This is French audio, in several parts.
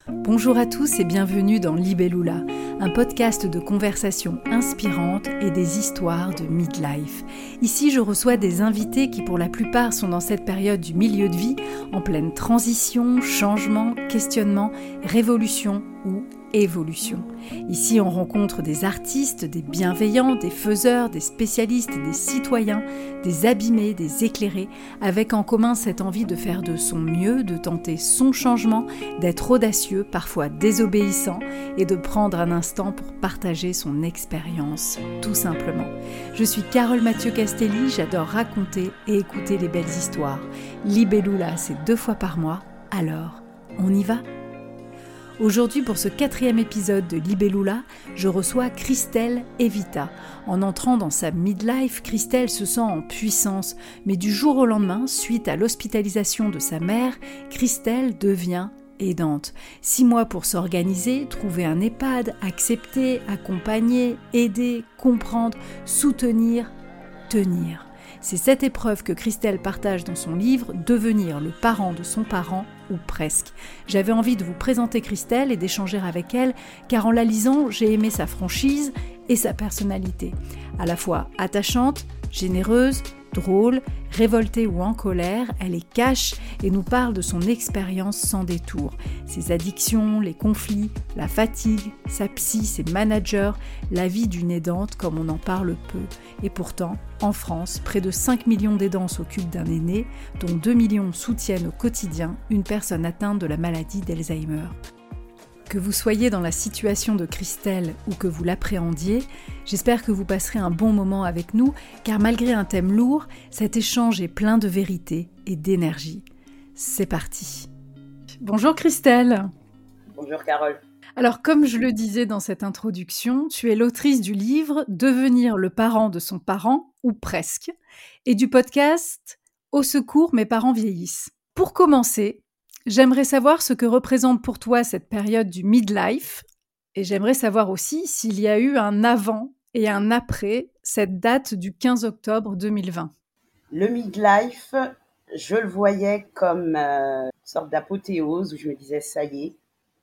Bonjour à tous et bienvenue dans Libellula, un podcast de conversations inspirantes et des histoires de midlife. Ici, je reçois des invités qui pour la plupart sont dans cette période du milieu de vie, en pleine transition, changement, questionnement, révolution ou évolution. Ici, on rencontre des artistes, des bienveillants, des faiseurs, des spécialistes, des citoyens, des abîmés, des éclairés, avec en commun cette envie de faire de son mieux, de tenter son changement, d'être audacieux, parfois désobéissant, et de prendre un instant pour partager son expérience, tout simplement. Je suis Carole Mathieu-Castelli, j'adore raconter et écouter les belles histoires. Libellula, c'est 2 fois par mois, alors on y va ? Aujourd'hui, pour ce 4e épisode de Libellula, je reçois Christelle Evita. En entrant dans sa midlife, Christelle se sent en puissance, mais du jour au lendemain, suite à l'hospitalisation de sa mère, Christelle devient aidante. 6 mois pour s'organiser, trouver un EHPAD, accepter, accompagner, aider, comprendre, soutenir, tenir. C'est cette épreuve que Christelle partage dans son livre « Devenir le parent de son parent » ou presque. J'avais envie de vous présenter Christelle et d'échanger avec elle, car en la lisant, j'ai aimé sa franchise et sa personnalité. À la fois attachante, généreuse, drôle, révoltée ou en colère, elle est cash et nous parle de son expérience sans détour. Ses addictions, les conflits, la fatigue, sa psy, ses managers, la vie d'une aidante comme on en parle peu. Et pourtant, en France, près de 5 millions d'aidants s'occupent d'un aîné, dont 2 millions soutiennent au quotidien une personne atteinte de la maladie d'Alzheimer. Que vous soyez dans la situation de Christelle ou que vous l'appréhendiez, j'espère que vous passerez un bon moment avec nous, car malgré un thème lourd, cet échange est plein de vérité et d'énergie. C'est parti. Bonjour Christelle. Bonjour Carole. Alors comme je le disais dans cette introduction, tu es l'autrice du livre « Devenir le parent de son parent » ou presque, et du podcast « Au secours, mes parents vieillissent ». Pour commencer, j'aimerais savoir ce que représente pour toi cette période du midlife et j'aimerais savoir aussi s'il y a eu un avant et un après cette date du 15 octobre 2020. Le midlife, je le voyais comme une sorte d'apothéose où je me disais ça y est,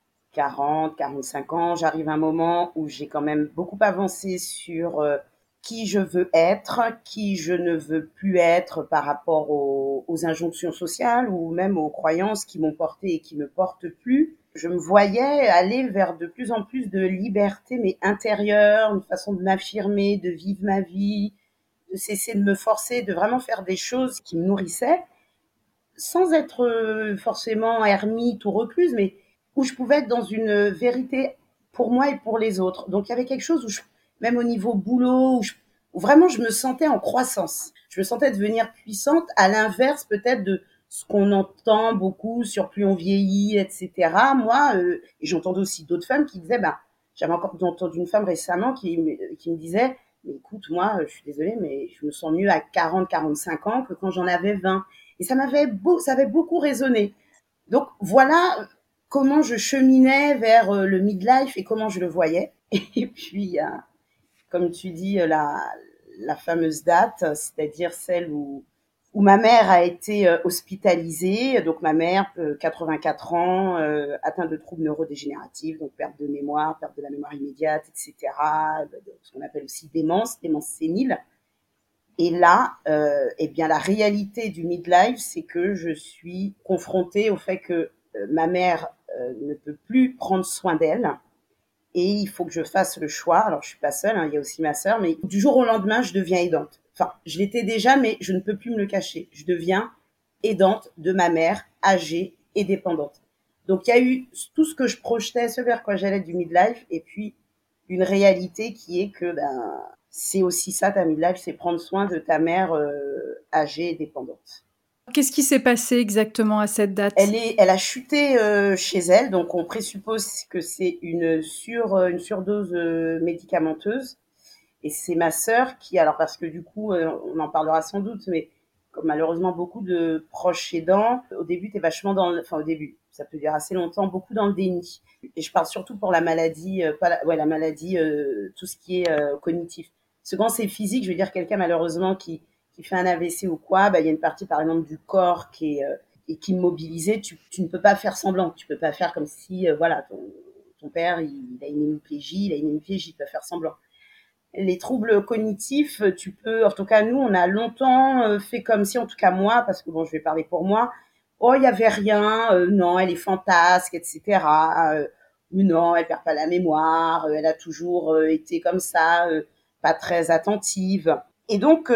40, 45 ans, j'arrive à un moment où j'ai quand même beaucoup avancé sur qui je veux être, qui je ne veux plus être par rapport aux injonctions sociales ou même aux croyances qui m'ont porté et qui me portent plus. Je me voyais aller vers de plus en plus de liberté, mais intérieure, une façon de m'affirmer, de vivre ma vie, de cesser de me forcer, de vraiment faire des choses qui me nourrissaient, sans être forcément ermite ou recluse, mais où je pouvais être dans une vérité pour moi et pour les autres. Donc il y avait quelque chose où même au niveau boulot, où vraiment je me sentais en croissance. Je me sentais devenir puissante, à l'inverse peut-être de ce qu'on entend beaucoup sur plus on vieillit, etc. Moi, et j'entendais aussi d'autres femmes qui disaient, j'avais encore entendu une femme récemment qui me disait, mais écoute, moi, je suis désolée, mais je me sens mieux à 40, 45 ans que quand j'en avais 20. Et ça avait beaucoup résonné. Donc voilà comment je cheminais vers le midlife et comment je le voyais. Et puis, comme tu dis, la fameuse date, c'est-à-dire celle où ma mère a été hospitalisée. Donc ma mère, 84 ans, atteinte de troubles neurodégénératifs, donc perte de mémoire, perte de la mémoire immédiate, etc. Ce qu'on appelle aussi démence sénile. Et là, la réalité du midlife, c'est que je suis confrontée au fait que ma mère ne peut plus prendre soin d'elle et il faut que je fasse le choix. Alors, je suis pas seule, il y a aussi ma sœur, mais du jour au lendemain, je deviens aidante. Enfin, je l'étais déjà, mais je ne peux plus me le cacher. Je deviens aidante de ma mère, âgée et dépendante. Donc, il y a eu tout ce que je projetais, ce vers quoi j'allais du midlife, et puis une réalité qui est que c'est aussi ça ta midlife, c'est prendre soin de ta mère âgée et dépendante. Qu'est-ce qui s'est passé exactement à cette date ? Elle a chuté chez elle, donc on présuppose que c'est une surdose médicamenteuse. Et c'est ma sœur qui, alors parce que du coup, on en parlera sans doute, mais comme malheureusement beaucoup de proches aidants, au début t'es vachement au début, ça peut dire assez longtemps, beaucoup dans le déni. Et je parle surtout pour la maladie, la maladie, tout ce qui est cognitif. Parce que quand c'est physique, je veux dire quelqu'un malheureusement qui fait un AVC ou quoi, il y a une partie par exemple du corps qui et qui me mobilisait. Tu ne peux pas faire semblant. Tu peux pas faire comme si, voilà, ton père, il a une hémiplégie, il peut faire semblant. Les troubles cognitifs, tu peux, en tout cas, nous, on a longtemps fait comme si, en tout cas moi, parce que bon, je vais parler pour moi, oh, il y avait rien, non, elle est fantasque, etc. Non, elle perd pas la mémoire, elle a toujours été comme ça, pas très attentive. Et donc,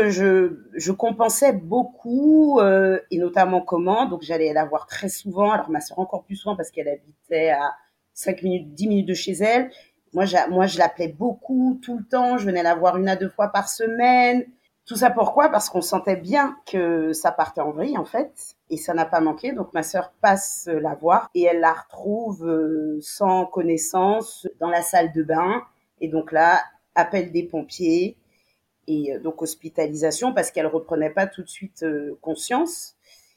je compensais beaucoup, et notamment comment. Donc, j'allais la voir très souvent. Alors, ma sœur encore plus souvent parce qu'elle habitait à 5 minutes, 10 minutes de chez elle. Moi, je l'appelais beaucoup, tout le temps. Je venais la voir 1 à 2 fois par semaine. Tout ça pourquoi? Parce qu'on sentait bien que ça partait en vrille, en fait. Et ça n'a pas manqué. Donc, ma sœur passe la voir et elle la retrouve sans connaissance dans la salle de bain. Et donc là, appel des pompiers et donc hospitalisation parce qu'elle reprenait pas tout de suite conscience.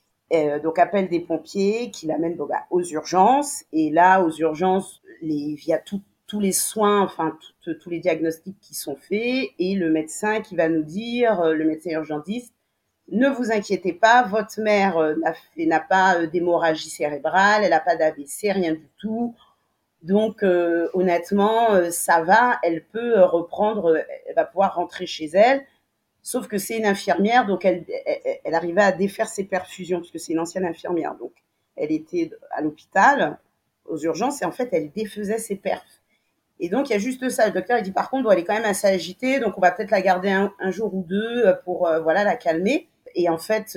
Donc appel des pompiers qui l'amènent aux urgences et là aux urgences via tous les soins, enfin tous les diagnostics qui sont faits et le médecin qui va nous dire, le médecin urgentiste, ne vous inquiétez pas, votre mère n'a pas d'hémorragie cérébrale, elle n'a pas d'AVC, rien du tout. Donc honnêtement, ça va, elle peut reprendre, elle va pouvoir rentrer chez elle. Sauf que c'est une infirmière, donc elle arrivait à défaire ses perfusions, parce que c'est une ancienne infirmière. Donc elle était à l'hôpital, aux urgences, et en fait elle défaisait ses perfs. Et donc il y a juste ça. Le docteur il dit par contre, elle est quand même assez agitée, donc on va peut-être la garder un jour ou deux pour voilà la calmer. Et en fait,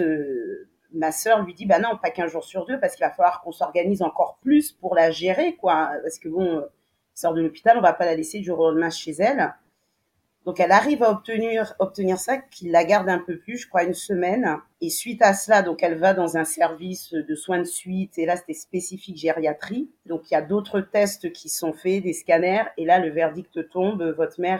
ma sœur lui dit bah non, pas qu'un jour sur deux, parce qu'il va falloir qu'on s'organise encore plus pour la gérer, quoi. Parce que bon, sort de l'hôpital, on va pas la laisser du jour au lendemain chez elle. Donc elle arrive à obtenir ça, qu'il la garde un peu plus, je crois 1 semaine. Et suite à cela, donc elle va dans un service de soins de suite. Et là, c'était spécifique gériatrie. Donc il y a d'autres tests qui sont faits, des scanners. Et là, le verdict tombe. Votre mère,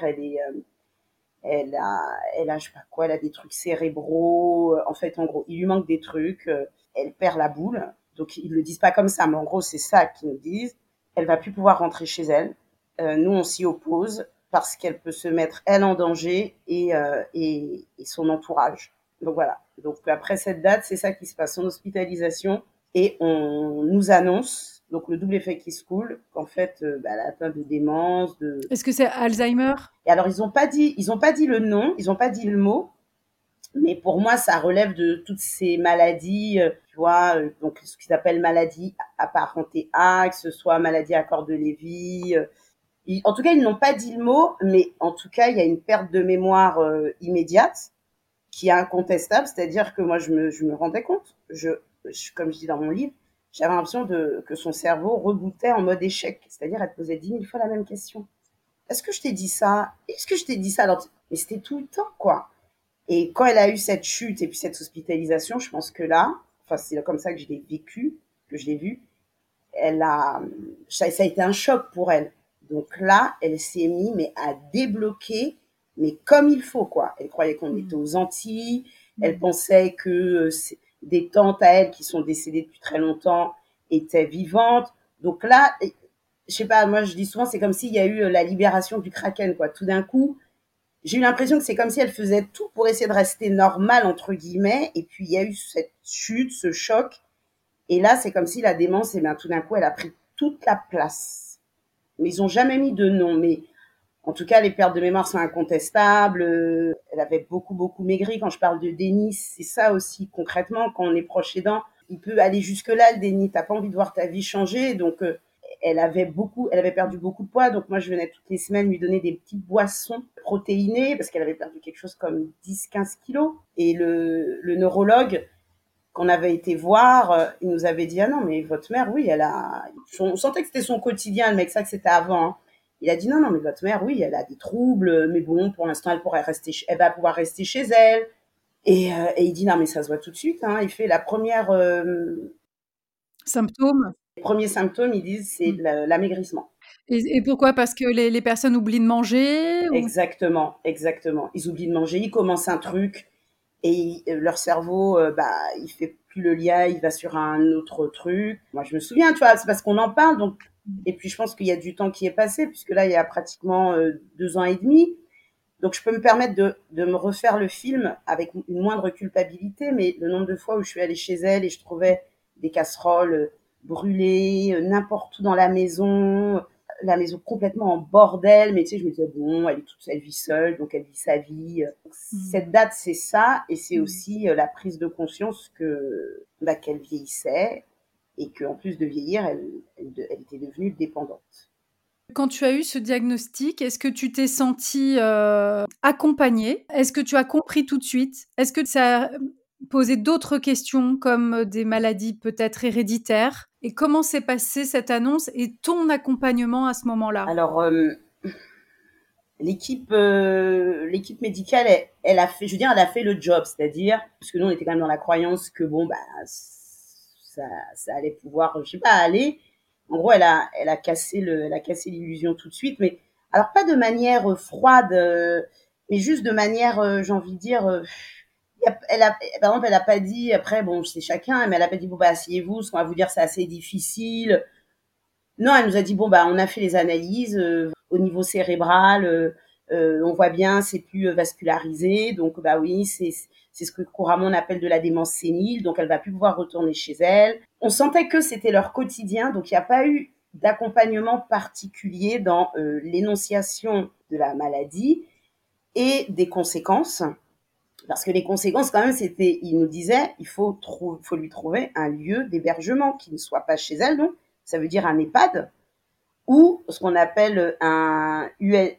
elle a, je sais pas quoi, elle a des trucs cérébraux. En fait, en gros, il lui manque des trucs. Elle perd la boule. Donc ils le disent pas comme ça, mais en gros, c'est ça qu'ils nous disent. Elle va plus pouvoir rentrer chez elle. Nous, on s'y oppose parce qu'elle peut se mettre, elle, en danger et son entourage. Donc voilà. Donc après cette date, c'est ça qui se passe, son hospitalisation. Et on nous annonce, donc le double effet qui se coule, qu'en fait, elle a atteint de démence. Est-ce que c'est Alzheimer? Et alors, ils ont pas dit le nom, ils ont pas dit le mot, mais pour moi, ça relève de toutes ces maladies, tu vois, donc ce qu'ils appellent maladies apparentées A, que ce soit maladie à corps de Lévy. En tout cas, ils n'ont pas dit le mot, mais en tout cas, il y a une perte de mémoire immédiate qui est incontestable. C'est-à-dire que moi, je me rendais compte, comme je dis dans mon livre, j'avais l'impression que son cerveau rebootait en mode échec. C'est-à-dire, elle posait 10 000 fois la même question. Est-ce que je t'ai dit ça? Est-ce que je t'ai dit ça? Alors, mais c'était tout le temps, quoi. Et quand elle a eu cette chute et puis cette hospitalisation, je pense que là, enfin, c'est comme ça que je l'ai vécu, que je l'ai vu, ça a été un choc pour elle. Donc là, elle s'est mise mais à débloquer, mais comme il faut, quoi. Elle croyait qu'on était aux Antilles. Elle pensait que des tantes à elle qui sont décédées depuis très longtemps étaient vivantes. Donc là, je sais pas, moi je dis souvent, c'est comme s'il y a eu la libération du Kraken, quoi. Tout d'un coup, j'ai eu l'impression que c'est comme si elle faisait tout pour essayer de rester normale, entre guillemets, et puis il y a eu cette chute, ce choc, et là, c'est comme si la démence, et bien, tout d'un coup, elle a pris toute la place. Mais ils ont jamais mis de nom, mais en tout cas, les pertes de mémoire sont incontestables. Elle avait beaucoup, beaucoup maigri. Quand je parle de déni, c'est ça aussi, concrètement, quand on est proche aidant, il peut aller jusque-là, le déni. T'as pas envie de voir ta vie changer, donc elle avait perdu beaucoup de poids, donc moi je venais toutes les semaines lui donner des petites boissons protéinées parce qu'elle avait perdu quelque chose comme 10-15 kilos. Et le neurologue qu'on avait été voir, il nous avait dit ah non mais votre mère oui on sentait que c'était son quotidien, le mec, ça que c'était avant. Hein. Il a dit non mais votre mère oui elle a des troubles, mais bon pour l'instant elle va pouvoir rester chez elle. Et il dit non mais ça se voit tout de suite. Hein. Il fait la première Symptômes? les premiers symptômes, ils disent c'est l'amaigrissement. Et pourquoi? Parce que les personnes oublient de manger ou... Exactement, exactement. Ils oublient de manger, ils commencent un truc et leur cerveau, il fait plus le lien, il va sur un autre truc. Moi, je me souviens, tu vois, c'est parce qu'on en parle. Donc, et puis, je pense qu'il y a du temps qui est passé, puisque là, il y a pratiquement 2 ans et demi. Donc, je peux me permettre de me refaire le film avec une moindre culpabilité, mais le nombre de fois où je suis allée chez elle et je trouvais des casseroles brûlées n'importe où dans la maison complètement en bordel, mais tu sais, je me disais, bon, elle vit seule, donc elle vit sa vie. Cette date, c'est ça, et c'est aussi la prise de conscience qu'elle vieillissait, et qu'en plus de vieillir, elle était devenue dépendante. Quand tu as eu ce diagnostic, est-ce que tu t'es sentie accompagnée? Est-ce que tu as compris tout de suite? Est-ce que ça a posé d'autres questions comme des maladies peut-être héréditaires? Et comment s'est passée cette annonce et ton accompagnement à ce moment-là? Alors, l'équipe médicale, elle a fait, je veux dire, elle a fait le job, c'est-à-dire, parce que nous, on était quand même dans la croyance que bon, bah, ça allait pouvoir, je sais pas, aller. En gros, elle a cassé l'illusion tout de suite, mais alors pas de manière froide, mais juste de manière, j'ai envie de dire, par exemple, elle a pas dit, après, bon, c'est chacun, mais elle a pas dit, bon, bah, asseyez-vous, ce qu'on va vous dire, c'est assez difficile. Non, elle nous a dit, bon, bah, on a fait les analyses, au niveau cérébral, on voit bien, c'est plus vascularisé, donc, bah oui, c'est ce que couramment on appelle de la démence sénile, donc elle va plus pouvoir retourner chez elle. On sentait que c'était leur quotidien, donc il n'y a pas eu d'accompagnement particulier dans l'énonciation de la maladie et des conséquences. Parce que les conséquences, quand même, c'était, il nous disait, faut lui trouver un lieu d'hébergement qui ne soit pas chez elle, donc ça veut dire un EHPAD, ou ce qu'on appelle un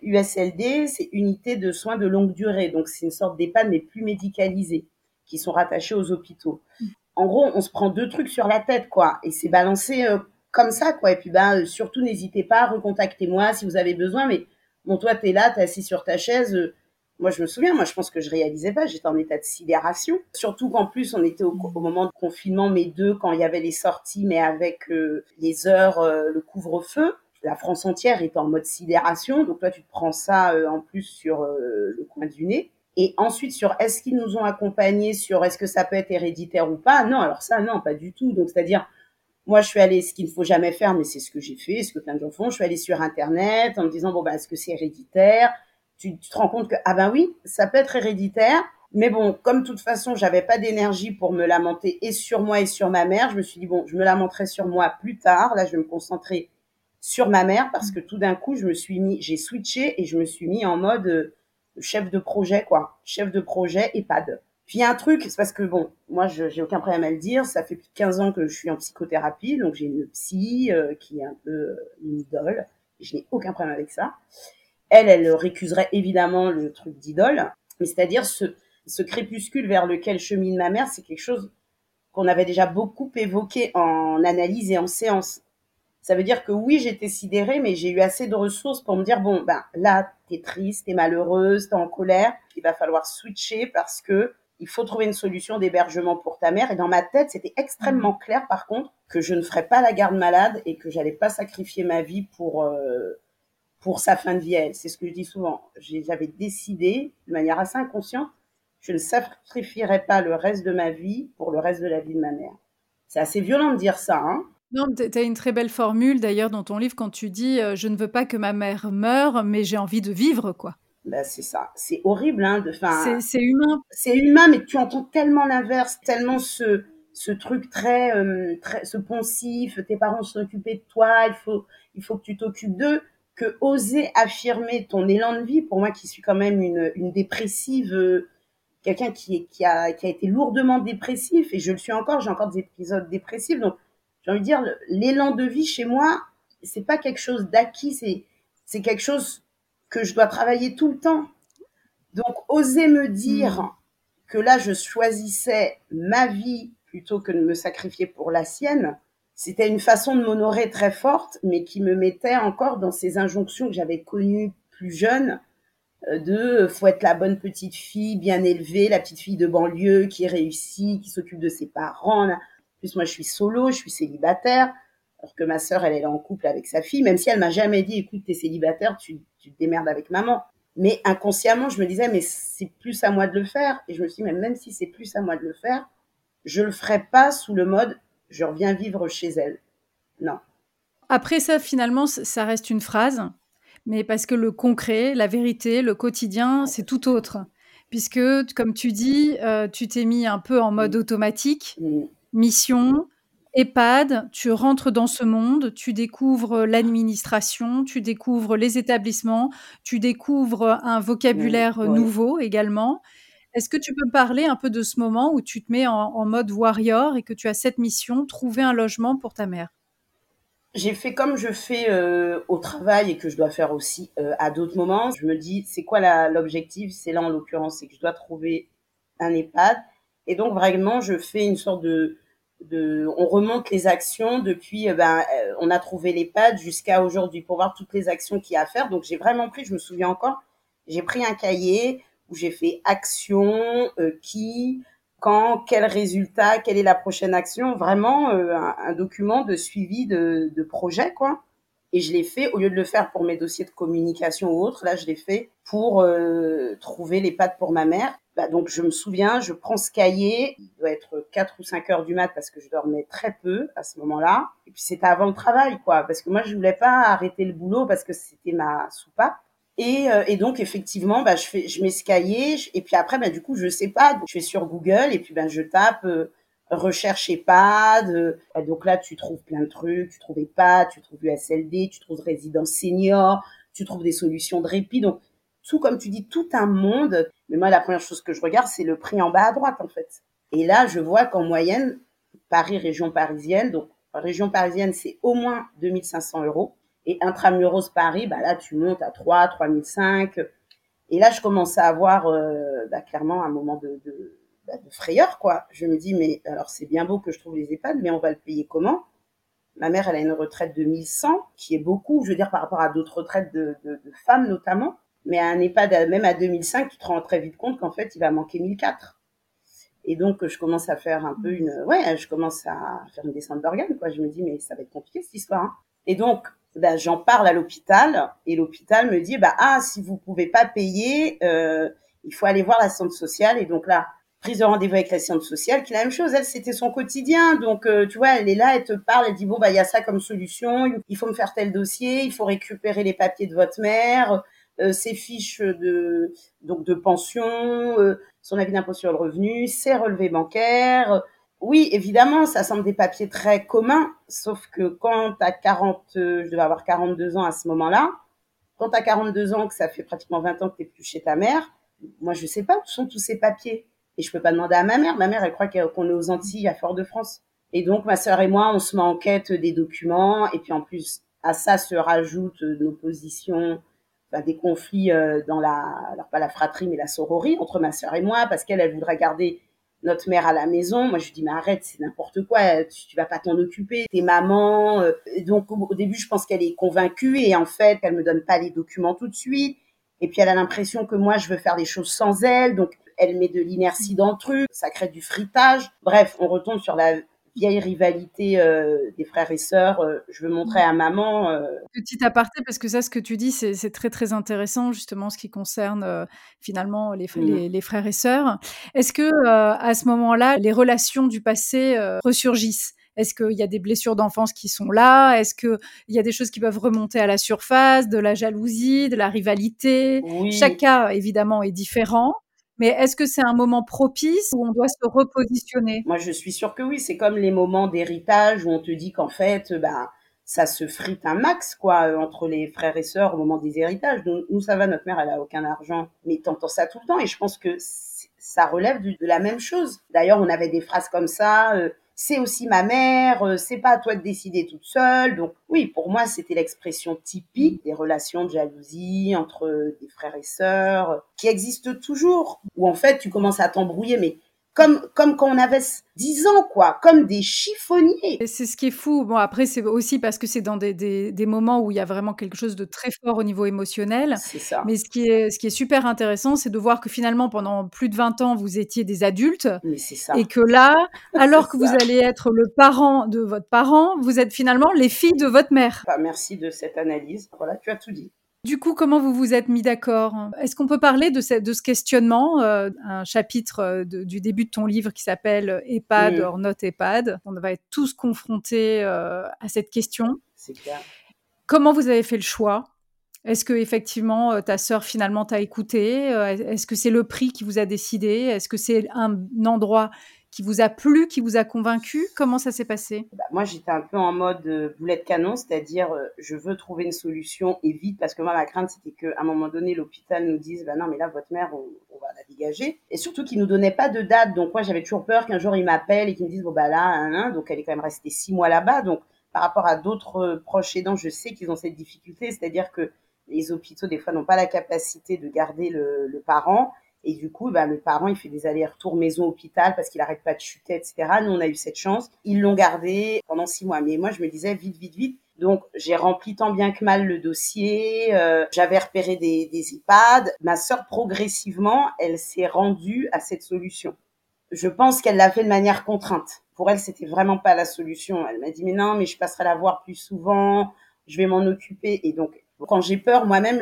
USLD, c'est unité de soins de longue durée. Donc, c'est une sorte d'EHPAD, mais plus médicalisée, qui sont rattachés aux hôpitaux. En gros, on se prend 2 trucs sur la tête, quoi, et c'est balancé comme ça, quoi. Et puis, surtout, n'hésitez pas, recontactez-moi si vous avez besoin. Mais bon, toi, t'es là, t'es assis sur ta chaise. Moi, je me souviens, je pense que je réalisais pas, j'étais en état de sidération. Surtout qu'en plus, on était au moment de confinement, mais quand il y avait les sorties, mais avec les heures, le couvre-feu. La France entière était en mode sidération, donc toi tu te prends ça en plus sur le coin du nez. Et ensuite sur est-ce qu'ils nous ont accompagnés sur est-ce que ça peut être héréditaire ou pas? Non, alors ça non, pas du tout. Donc c'est-à-dire moi je suis allée, ce qu'il ne faut jamais faire, mais c'est ce que j'ai fait, ce que plein de gens font, je suis allée sur internet en me disant bon bah est-ce que c'est héréditaire? Tu te rends compte que ah ben oui, ça peut être héréditaire. Mais bon, comme de toute façon, j'avais pas d'énergie pour me lamenter et sur moi et sur ma mère, je me suis dit bon, je me lamenterai sur moi plus tard. Là, je vais me concentrer sur ma mère parce que tout d'un coup, j'ai switché et je me suis mis en mode chef de projet, quoi. Chef de projet EHPAD. Puis il y a un truc, c'est parce que bon, moi, j'ai aucun problème à le dire. Ça fait plus de 15 ans que je suis en psychothérapie, donc j'ai une psy qui est un peu une idole. Je n'ai aucun problème avec ça. Elle récuserait évidemment le truc d'idole. Mais c'est-à-dire ce crépuscule vers lequel chemine ma mère, c'est quelque chose qu'on avait déjà beaucoup évoqué en analyse et en séance. Ça veut dire que oui, j'étais sidérée, mais j'ai eu assez de ressources pour me dire, bon, ben là, t'es triste, t'es malheureuse, t'es en colère, il va falloir switcher parce que il faut trouver une solution d'hébergement pour ta mère. Et dans ma tête, c'était extrêmement clair, par contre, que je ne ferais pas la garde malade et que j'allais pas sacrifier ma vie pour sa fin de vie. C'est ce que je dis souvent. J'avais décidé, de manière assez inconsciente, je ne sacrifierais pas le reste de ma vie pour le reste de la vie de ma mère. C'est assez violent de dire ça, hein. Non, tu as une très belle formule d'ailleurs dans ton livre quand tu dis je ne veux pas que ma mère meure, mais j'ai envie de vivre, quoi. Ben, c'est ça. C'est horrible, hein, C'est humain. c'est humain, mais tu entends tellement l'inverse, tellement ce truc très, ce poncif, tes parents sont occupés de toi, il faut que tu t'occupes d'eux, que oser affirmer ton élan de vie, pour moi qui suis quand même une dépressive, quelqu'un qui a été lourdement dépressif, et je le suis encore, j'ai encore des épisodes dépressifs, donc j'ai envie de dire, l'élan de vie chez moi, c'est pas quelque chose d'acquis, c'est quelque chose que je dois travailler tout le temps. Donc, oser me dire que là, je choisissais ma vie plutôt que de me sacrifier pour la sienne, c'était une façon de m'honorer très forte, mais qui me mettait encore dans ces injonctions que j'avais connues plus jeune, de faut être la bonne petite fille, bien élevée, la petite fille de banlieue qui réussit, qui s'occupe de ses parents. En plus, moi, je suis solo, je suis célibataire, alors que ma sœur, elle est en couple avec sa fille, même si elle m'a jamais dit, écoute, t'es célibataire, tu te démerdes avec maman. Mais inconsciemment, je me disais, mais c'est plus à moi de le faire. Et je me suis dit, mais même si c'est plus à moi de le faire, je le ferai pas sous le mode, je reviens vivre chez elle. Non. Après ça, finalement, ça reste une phrase, mais parce que le concret, la vérité, le quotidien, c'est tout autre. Puisque, comme tu dis, tu t'es mis un peu en mode automatique, mission, EHPAD, tu rentres dans ce monde, tu découvres l'administration, tu découvres les établissements, tu découvres un vocabulaire Oui. nouveau également. Est-ce que tu peux me parler un peu de ce moment où tu te mets en mode warrior et que tu as cette mission, trouver un logement pour ta mère? J'ai fait comme je fais, au travail et que je dois faire aussi, à d'autres moments. Je me dis: «C'est quoi l'objectif?» C'est là, en l'occurrence, c'est que je dois trouver un EHPAD et donc vraiment, je fais une sorte de on remonte les actions depuis, on a trouvé l'EHPAD jusqu'à aujourd'hui pour voir toutes les actions qu'il y a à faire. Donc j'ai vraiment pris, je me souviens encore, j'ai pris un cahier où j'ai fait action, qui, quand, quel résultat, quelle est la prochaine action, vraiment un document de suivi de projet, quoi. Et je l'ai fait, au lieu de le faire pour mes dossiers de communication ou autres, là, je l'ai fait pour trouver les pattes pour ma mère. Bah, donc, je me souviens, je prends ce cahier, il doit être 4 ou 5 heures du mat parce que je dormais très peu à ce moment-là. Et puis, c'était avant le travail, quoi, parce que moi, je voulais pas arrêter le boulot parce que c'était ma soupape. Et donc effectivement, je mets ce cahier et puis après, du coup, je sais pas, donc je vais sur Google et puis je tape recherche EHPAD. Donc là, tu trouves plein de trucs, tu trouves EHPAD, tu trouves USLD, tu trouves résidence senior, tu trouves des solutions de répit. Donc tout, comme tu dis, tout un monde. Mais moi, la première chose que je regarde, c'est le prix en bas à droite, en fait. Et là, je vois qu'en moyenne, Paris, région parisienne, donc région parisienne, c'est au moins 2500 euros. Et intramuros Paris, là, tu montes à 3005. Et là, je commence à avoir clairement un moment de frayeur, quoi. Je me dis, mais alors c'est bien beau que je trouve les EHPAD, mais on va le payer comment? Ma mère, elle a une retraite de 1100, qui est beaucoup, je veux dire, par rapport à d'autres retraites de femmes notamment. Mais à un EHPAD, même à 2005, tu te rends très vite compte qu'en fait, il va manquer 1004. Et donc, je commence à faire un peu je commence à faire une descente d'organes, quoi. Je me dis, mais ça va être compliqué, cette histoire, hein. Et donc, j'en parle à l'hôpital et l'hôpital me dit, si vous pouvez pas payer, il faut aller voir la centre sociale. Et donc là, prise de rendez-vous avec la centre sociale, qui est la même chose. Elle, c'était son quotidien. Donc, tu vois, elle est là, elle te parle, elle dit, bon, il y a ça comme solution. Il faut me faire tel dossier. Il faut récupérer les papiers de votre mère, ses fiches de pension, son avis d'impôt sur le revenu, ses relevés bancaires. Oui, évidemment, ça semble des papiers très communs, sauf que quand tu as 40, je devais avoir 42 ans à ce moment-là, quand tu as 42 ans, que ça fait pratiquement 20 ans que tu n'es plus chez ta mère, moi, je ne sais pas où sont tous ces papiers. Et je ne peux pas demander à ma mère. Ma mère, elle croit qu'on est aux Antilles, à Fort-de-France. Et donc, ma sœur et moi, on se met en quête des documents. Et puis, en plus, à ça se rajoutent nos positions, des conflits alors pas la fratrie, mais la sororie entre ma sœur et moi, parce qu'elle voudrait garder notre mère à la maison. Moi, je lui dis, mais arrête, c'est n'importe quoi, tu vas pas t'en occuper, t'es maman. Et donc, au début, je pense qu'elle est convaincue et en fait, elle me donne pas les documents tout de suite. Et puis, elle a l'impression que moi, je veux faire des choses sans elle. Donc, elle met de l'inertie dans le truc, ça crée du fritage. Bref, on retombe sur la vieille rivalité des frères et sœurs. Je veux montrer à maman. Petit aparté, parce que ça, ce que tu dis, c'est très, très intéressant, justement, ce qui concerne, finalement les frères et sœurs. Est-ce que, à ce moment-là, les relations du passé, ressurgissent? Est-ce qu'il y a des blessures d'enfance qui sont là? Est-ce qu'il y a des choses qui peuvent remonter à la surface, de la jalousie, de la rivalité? Chaque Oui, cas, évidemment, est différent, mais est-ce que c'est un moment propice où on doit se repositionner? moi, je suis sûre que oui. C'est comme les moments d'héritage où on te dit qu'en fait, ça se frite un max, quoi, entre les frères et sœurs au moment des héritages. Nous, ça va, notre mère, elle a aucun argent, mais t'entends ça tout le temps. Et je pense que ça relève de la même chose. D'ailleurs, on avait des phrases comme ça. C'est aussi ma mère, c'est pas à toi de décider toute seule. Donc oui, pour moi, c'était l'expression typique des relations de jalousie entre des frères et sœurs qui existent toujours. Où en fait, tu commences à t'embrouiller, mais comme quand on avait 10 ans, quoi, comme des chiffonniers. Et c'est ce qui est fou. Bon, après, c'est aussi parce que c'est dans des moments où il y a vraiment quelque chose de très fort au niveau émotionnel. C'est ça, Mais ce qui est super intéressant, c'est de voir que finalement, pendant plus de 20 ans, vous étiez des adultes mais c'est ça, et que là, c'est alors que vous ça. allez être le parent de votre parent, vous êtes finalement les filles de votre mère. Merci de cette analyse. Voilà, tu as tout dit. Du coup, comment vous vous êtes mis d'accord? Est-ce qu'on peut parler de ce questionnement, un chapitre du début de ton livre qui s'appelle EHPAD Mmh, or not EHPAD. On va être tous confrontés à cette question. c'est clair. Comment vous avez fait le choix? Est-ce que effectivement ta sœur finalement t'a écouté? Est-ce que c'est le prix qui vous a décidé? Est-ce que c'est un endroit qui vous a plu, qui vous a convaincu? Comment ça s'est passé? Moi, j'étais un peu en mode boulet de canon, c'est-à-dire je veux trouver une solution et vite, parce que moi, ma crainte, c'était qu'à un moment donné, l'hôpital nous dise, bah non, mais là, votre mère, on va la dégager. Et surtout qu'ils nous donnaient pas de date. Donc moi, j'avais toujours peur qu'un jour, ils m'appellent et qu'ils me disent, bon, bah là, hein, donc elle est quand même restée 6 mois là-bas. Donc par rapport à d'autres proches aidants, je sais qu'ils ont cette difficulté, c'est-à-dire que les hôpitaux, des fois, n'ont pas la capacité de garder le parent. Et du coup, le parent, il fait des allers-retours maison-hôpital parce qu'il arrête pas de chuter, etc. Nous, on a eu cette chance. Ils l'ont gardé pendant 6 mois. Mais moi, je me disais, vite, vite, vite. Donc, j'ai rempli tant bien que mal le dossier. J'avais repéré des EHPAD. Ma sœur, progressivement, elle s'est rendue à cette solution. Je pense qu'elle l'a fait de manière contrainte. Pour elle, c'était vraiment pas la solution. Elle m'a dit, mais non, mais je passerai la voir plus souvent. Je vais m'en occuper. Et donc, quand j'ai peur, moi-même,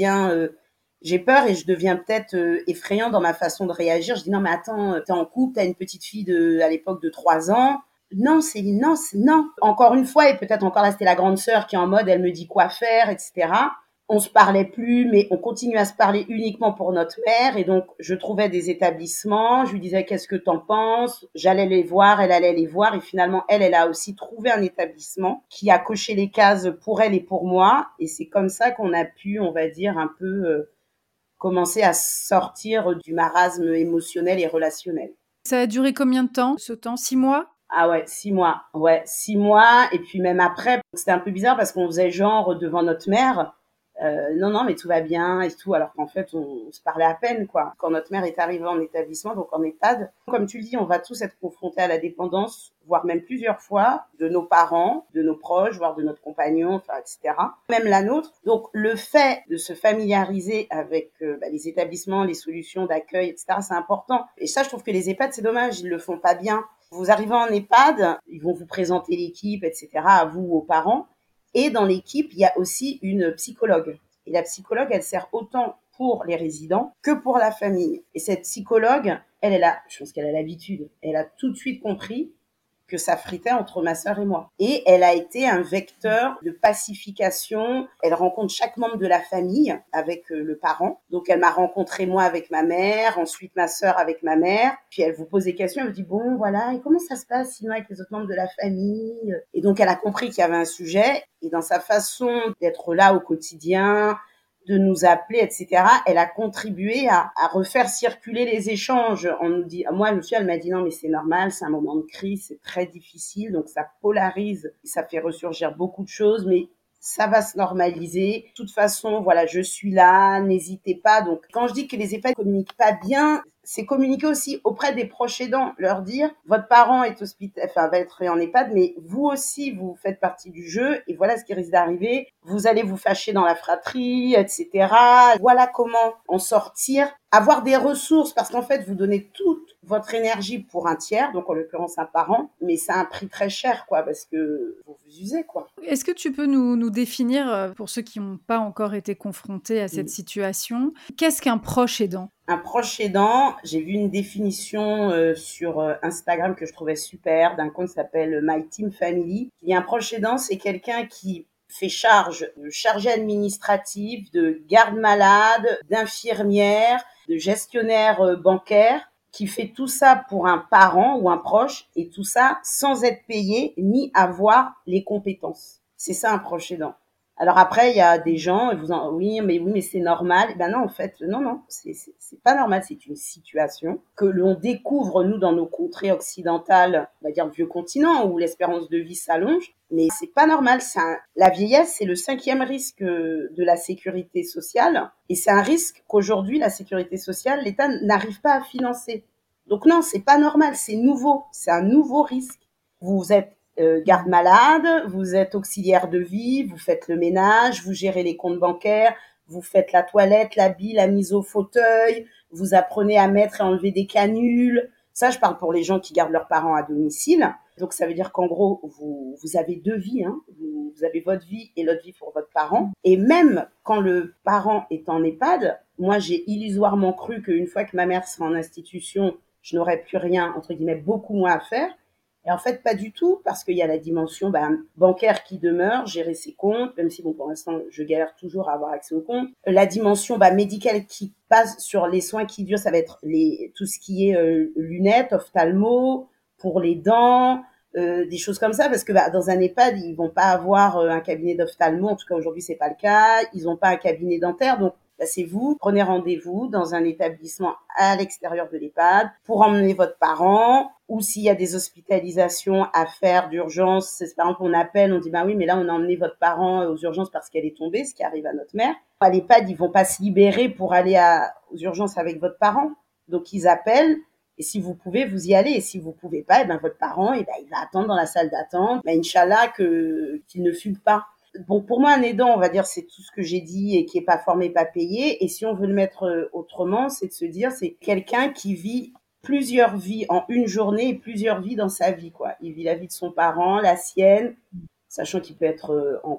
j'ai peur et je deviens peut-être effrayant dans ma façon de réagir. Je dis non mais attends, t'es en couple, t'as une petite fille à l'époque de 3 ans. Non, Céline, non, non. Encore une fois, et peut-être encore là, c'était la grande sœur qui est en mode, elle me dit quoi faire, etc. On se parlait plus, mais on continue à se parler uniquement pour notre mère. Et donc, je trouvais des établissements. Je lui disais, qu'est-ce que t'en penses? J'allais les voir, elle allait les voir. Et finalement, elle a aussi trouvé un établissement qui a coché les cases pour elle et pour moi. Et c'est comme ça qu'on a pu, on va dire, un peu commencer à sortir du marasme émotionnel et relationnel. Ça a duré combien de temps, ce temps? 6 mois? Ah ouais, 6 mois. Ouais, 6 mois. Et puis même après, c'était un peu bizarre parce qu'on faisait genre devant notre mère. Non, non, mais tout va bien et tout. Alors qu'en fait, on se parlait à peine, quoi. Quand notre mère est arrivée en établissement, donc en EHPAD, comme tu le dis, on va tous être confrontés à la dépendance, voire même plusieurs fois, de nos parents, de nos proches, voire de notre compagnon, enfin, etc. Même la nôtre. Donc, le fait de se familiariser avec les établissements, les solutions d'accueil, etc., c'est important. Et ça, je trouve que les EHPAD, c'est dommage, ils le font pas bien. Vous arrivez en EHPAD, ils vont vous présenter l'équipe, etc., à vous, aux parents. Et dans l'équipe, il y a aussi une psychologue. Et la psychologue, elle sert autant pour les résidents que pour la famille. Et cette psychologue, je pense qu'elle a l'habitude, elle a tout de suite compris que ça fritait entre ma sœur et moi. Et elle a été un vecteur de pacification. Elle rencontre chaque membre de la famille avec le parent. Donc, elle m'a rencontré moi avec ma mère, ensuite ma sœur avec ma mère. Puis, elle vous pose des questions. Elle vous dit, bon, voilà, et comment ça se passe sinon avec les autres membres de la famille? Et donc, elle a compris qu'il y avait un sujet. Et dans sa façon d'être là au quotidien, de nous appeler, etc., elle a contribué à refaire circuler les échanges. Moi, elle m'a dit non, mais c'est normal, c'est un moment de crise, c'est très difficile, donc ça polarise, ça fait ressurgir beaucoup de choses, mais ça va se normaliser. De toute façon, voilà, je suis là, n'hésitez pas. Donc, quand je dis que les EHPAD communiquent pas bien, c'est communiquer aussi auprès des proches aidants, leur dire, votre parent est va être en EHPAD, mais vous aussi, vous faites partie du jeu, et voilà ce qui risque d'arriver. Vous allez vous fâcher dans la fratrie, etc. Voilà comment en sortir. Avoir des ressources, parce qu'en fait, vous donnez toute votre énergie pour un tiers, donc en l'occurrence un parent, mais ça a un prix très cher, quoi, parce que vous vous usez, quoi. Est-ce que tu peux nous définir, pour ceux qui n'ont pas encore été confrontés à cette situation, qu'est-ce qu'un proche aidant? Un proche aidant, j'ai vu une définition sur Instagram que je trouvais super, d'un compte qui s'appelle My Team Family. Un proche aidant, c'est quelqu'un qui fait charge de chargé administratif, de garde malade, d'infirmière, de gestionnaire bancaire, qui fait tout ça pour un parent ou un proche, et tout ça sans être payé ni avoir les compétences. C'est ça un proche aidant. Alors après, il y a des gens, oui, mais c'est normal. Ben non, en fait, non, c'est pas normal. C'est une situation que l'on découvre, nous, dans nos contrées occidentales, on va dire le vieux continent, où l'espérance de vie s'allonge. Mais c'est pas normal. La vieillesse, c'est le 5e risque de la sécurité sociale. Et c'est un risque qu'aujourd'hui, la sécurité sociale, l'État n'arrive pas à financer. Donc non, c'est pas normal. C'est nouveau. C'est un nouveau risque. Vous êtes garde malade, vous êtes auxiliaire de vie, vous faites le ménage, vous gérez les comptes bancaires, vous faites la toilette, l'habit, la mise au fauteuil, vous apprenez à mettre et enlever des canules. Ça, je parle pour les gens qui gardent leurs parents à domicile. Donc, ça veut dire qu'en gros, vous avez 2 vies. Hein. Vous avez votre vie et l'autre vie pour votre parent. Et même quand le parent est en EHPAD, moi, j'ai illusoirement cru qu'une fois que ma mère sera en institution, je n'aurais plus rien, entre guillemets, beaucoup moins à faire. Et en fait, pas du tout, parce qu'il y a la dimension bancaire qui demeure, gérer ses comptes, même si bon, pour l'instant, je galère toujours à avoir accès aux comptes. La dimension médicale qui passe sur les soins qui durent, ça va être tout ce qui est lunettes, ophtalmo, pour les dents, des choses comme ça, parce que dans un EHPAD, ils vont pas avoir un cabinet d'ophtalmo, en tout cas aujourd'hui, c'est pas le cas. Ils ont pas un cabinet dentaire, donc c'est vous, prenez rendez-vous dans un établissement à l'extérieur de l'EHPAD pour emmener votre parent, ou s'il y a des hospitalisations à faire d'urgence, c'est par exemple on appelle, on dit oui mais là on a emmené votre parent aux urgences parce qu'elle est tombée, ce qui arrive à notre mère. À l'EHPAD, ils vont pas se libérer pour aller aux urgences avec votre parent, donc ils appellent. Et si vous pouvez, vous y allez. Et si vous pouvez pas, votre parent, il va attendre dans la salle d'attente. Inch'Allah qu'il ne fume pas. Bon, pour moi, un aidant, on va dire, c'est tout ce que j'ai dit et qui est pas formé, pas payé. Et si on veut le mettre autrement, c'est de se dire, c'est quelqu'un qui vit plusieurs vies en une journée et plusieurs vies dans sa vie, quoi. Il vit la vie de son parent, la sienne, sachant qu'il peut être en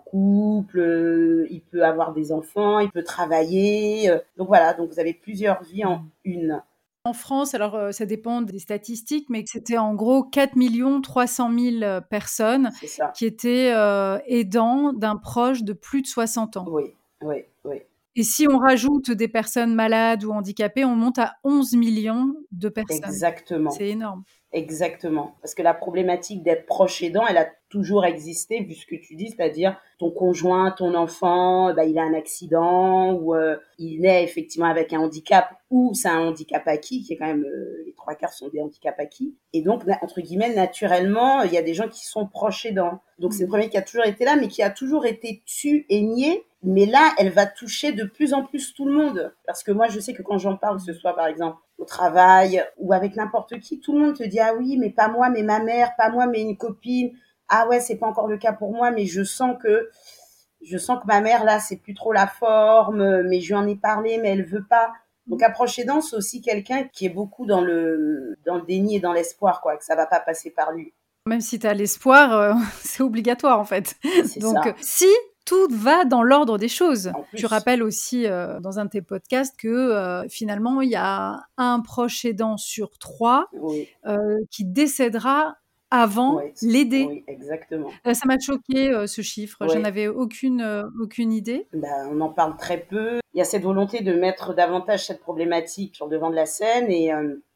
couple, il peut avoir des enfants, il peut travailler. Donc voilà, donc vous avez plusieurs vies en une. En France, alors ça dépend des statistiques, mais c'était en gros 4 300 000 personnes qui étaient aidants d'un proche de plus de 60 ans. Oui, oui, oui. Et si on rajoute des personnes malades ou handicapées, on monte à 11 millions de personnes. Exactement. C'est énorme. Exactement. Parce que la problématique d'être proche aidant, elle a toujours existé, vu ce que tu dis, c'est-à-dire ton conjoint, ton enfant, il a un accident ou il naît effectivement avec un handicap ou c'est un handicap acquis, qui est quand même, les 3/4 sont des handicaps acquis. Et donc, entre guillemets, naturellement, il y a des gens qui sont proches aidants. Donc, c'est une problématique qui a toujours été là, mais qui a toujours été tue et niée. Mais là, elle va toucher de plus en plus tout le monde. Parce que moi, je sais que quand j'en parle, que ce soit par exemple au travail ou avec n'importe qui, tout le monde te dit ah oui, mais pas moi, mais ma mère, pas moi, mais une copine. Ah ouais, c'est pas encore le cas pour moi, mais je sens que ma mère là, c'est plus trop la forme, mais je lui en ai parlé, mais elle veut pas. Donc approche aidant, c'est aussi quelqu'un qui est beaucoup dans le déni et dans l'espoir, quoi, que ça va pas passer par lui. Même si tu as l'espoir, c'est obligatoire en fait. Donc si tout va dans l'ordre des choses. Tu rappelles aussi dans un de tes podcasts que finalement, il y a un proche aidant sur 3 qui décédera avant l'aider. Oui, exactement. Ça m'a choqué ce chiffre. J'en avais aucune idée. On en parle très peu. Il y a cette volonté de mettre davantage cette problématique sur le devant de la scène et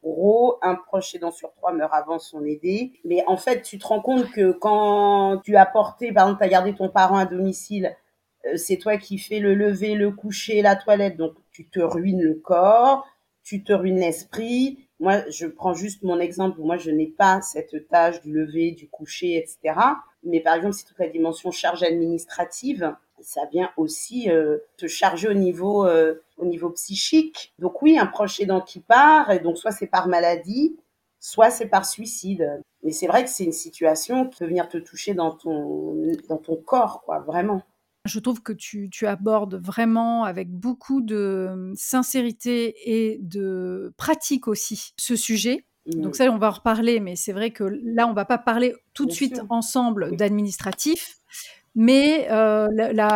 un proche aidant sur 3 meurt avant son aidé. Mais en fait, tu te rends compte que quand tu as porté, par exemple, tu as gardé ton parent à domicile, c'est toi qui fais le lever, le coucher, la toilette, donc tu te ruines le corps, tu te ruines l'esprit. Moi, je prends juste mon exemple. Moi, je n'ai pas cette tâche du lever, du coucher, etc. Mais par exemple, c'est toute la dimension charge administrative. Ça vient aussi te charger au niveau psychique. Donc oui, un proche aidant qui part, et donc soit c'est par maladie, soit c'est par suicide. Mais c'est vrai que c'est une situation qui peut venir te toucher dans ton corps, quoi, vraiment. Je trouve que tu abordes vraiment avec beaucoup de sincérité et de pratique aussi ce sujet. Donc ça, on va en reparler, mais c'est vrai que là, on va pas parler tout de suite ensemble d'administratif. Mais non,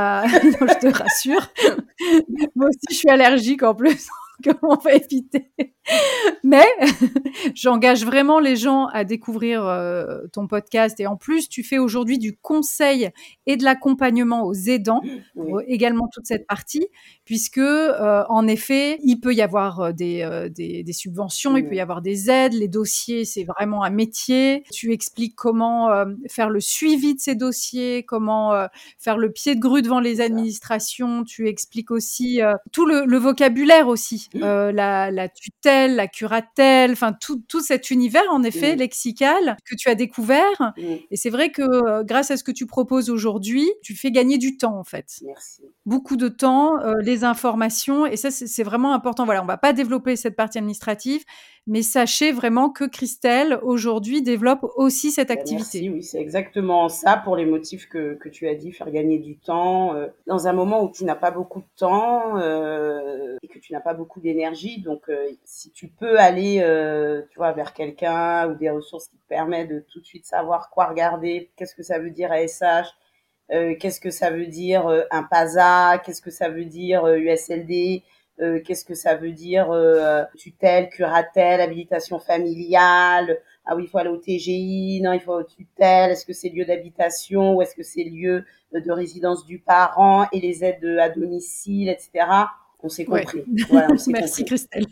je te rassure, moi aussi je suis allergique en plus, donc on va éviter. Mais j'engage vraiment les gens à découvrir ton podcast. Et en plus, tu fais aujourd'hui du conseil et de l'accompagnement aux aidants, pour également toute cette partie, puisque en effet, il peut y avoir des subventions, il peut y avoir des aides. Les dossiers, c'est vraiment un métier. Tu expliques comment faire le suivi de ces dossiers, comment faire le pied de grue devant les administrations. Tu expliques aussi tout le vocabulaire aussi, la tutelle, la curatelle, enfin tout cet univers en effet lexical que tu as découvert. Et c'est vrai que grâce à ce que tu proposes aujourd'hui, tu fais gagner du temps en fait. Merci. Beaucoup de temps, les informations, et ça c'est vraiment important. Voilà, on va pas développer cette partie administrative, mais sachez vraiment que Christelle aujourd'hui développe aussi cette activité. Merci, oui, c'est exactement ça pour les motifs que tu as dit, faire gagner du temps dans un moment où tu n'as pas beaucoup de temps et que tu n'as pas beaucoup d'énergie. Donc, si tu peux aller, tu vois, vers quelqu'un ou des ressources qui te permettent de tout de suite savoir quoi regarder, qu'est-ce que ça veut dire ASH, qu'est-ce que ça veut dire un PASA, qu'est-ce que ça veut dire USLD, qu'est-ce que ça veut dire tutelle, curatelle, habilitation familiale, ah oui, il faut aller au TGI, non, il faut au tutel, est-ce que c'est lieu d'habitation ou est-ce que c'est lieu de résidence du parent et les aides à domicile, etc. On s'est Ouais. compris. Voilà, on s'est Merci compris. Christelle.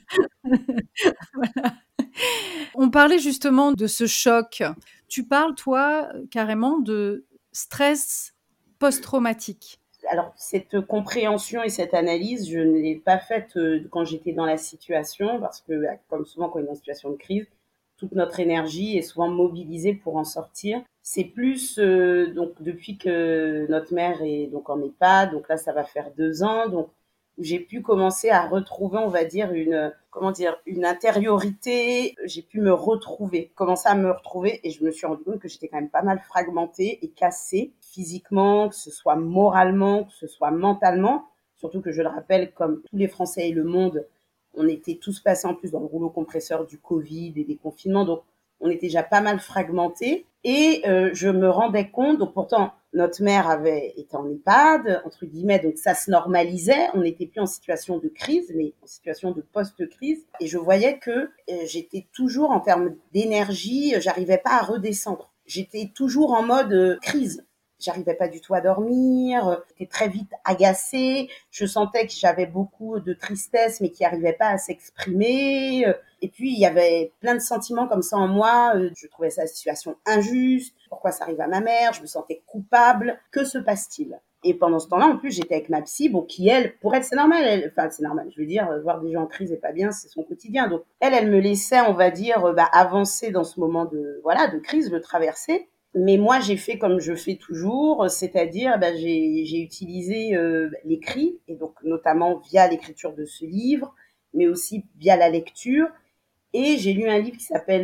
Voilà. On parlait justement de ce choc. Tu parles, toi, carrément de stress post-traumatique. Alors, cette compréhension et cette analyse, je ne l'ai pas faite quand j'étais dans la situation, parce que, comme souvent quand on est dans une situation de crise, toute notre énergie est souvent mobilisée pour en sortir. C'est plus donc depuis que notre mère est donc en EHPAD, donc là ça va faire 2 ans, donc j'ai pu commencer à retrouver, on va dire, une intériorité. J'ai pu me retrouver, commencer à me retrouver, et je me suis rendu compte que j'étais quand même pas mal fragmentée et cassée, physiquement, que ce soit moralement, que ce soit mentalement. Surtout que je le rappelle, comme tous les Français et le monde, on était tous passés en plus dans le rouleau compresseur du Covid et des confinements, donc on était déjà pas mal fragmentés. Et je me rendais compte, donc pourtant notre mère avait été en EHPAD, entre guillemets, donc ça se normalisait, on n'était plus en situation de crise, mais en situation de post-crise. Et je voyais que j'étais toujours, en termes d'énergie, j'arrivais pas à redescendre. J'étais toujours en mode crise. J'arrivais pas du tout à dormir, j'étais très vite agacée, je sentais que j'avais beaucoup de tristesse mais qui n'arrivait pas à s'exprimer. Et puis il y avait plein de sentiments comme ça en moi, je trouvais sa situation injuste, pourquoi ça arrive à ma mère, je me sentais coupable, que se passe-t-il? Et pendant ce temps-là, en plus, j'étais avec ma psy, bon, qui elle, pour elle, c'est normal. Enfin, c'est normal. Je veux dire, voir des gens en crise et pas bien, c'est son quotidien. Donc, elle me laissait, on va dire, avancer dans ce moment de crise, le traverser. Mais moi, j'ai fait comme je fais toujours, c'est-à-dire j'ai utilisé l'écrit, et donc notamment via l'écriture de ce livre, mais aussi via la lecture. Et j'ai lu un livre qui s'appelle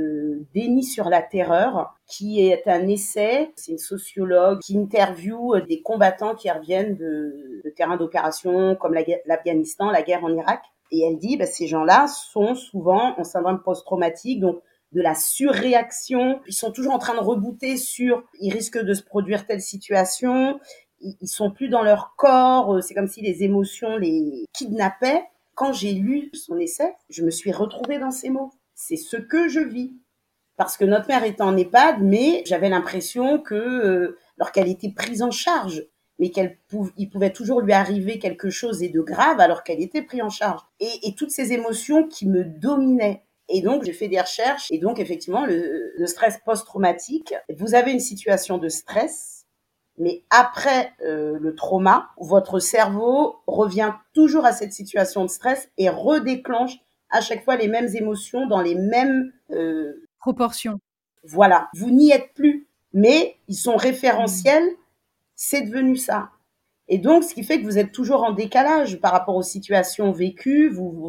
Déni sur la terreur, qui est un essai. C'est une sociologue qui interviewe des combattants qui reviennent de terrains d'opération comme l'Afghanistan, la guerre en Irak. Et elle dit, ces gens-là sont souvent en syndrome post-traumatique, donc de la surréaction. Ils sont toujours en train de rebooter sur, ils risquent de se produire telle situation. Ils sont plus dans leur corps. C'est comme si les émotions les kidnappaient. Quand j'ai lu son essai, je me suis retrouvée dans ces mots. C'est ce que je vis. Parce que notre mère était en EHPAD, mais j'avais l'impression que, alors qu'elle était prise en charge, mais il pouvait toujours lui arriver quelque chose et de grave alors qu'elle était prise en charge. Et toutes ces émotions qui me dominaient. Et donc, j'ai fait des recherches. Et donc, effectivement, le stress post-traumatique, vous avez une situation de stress, mais après le trauma, votre cerveau revient toujours à cette situation de stress et redéclenche à chaque fois les mêmes émotions dans les mêmes proportions. Voilà, vous n'y êtes plus, mais ils sont référentiels, c'est devenu ça. Et donc, ce qui fait que vous êtes toujours en décalage par rapport aux situations vécues, vous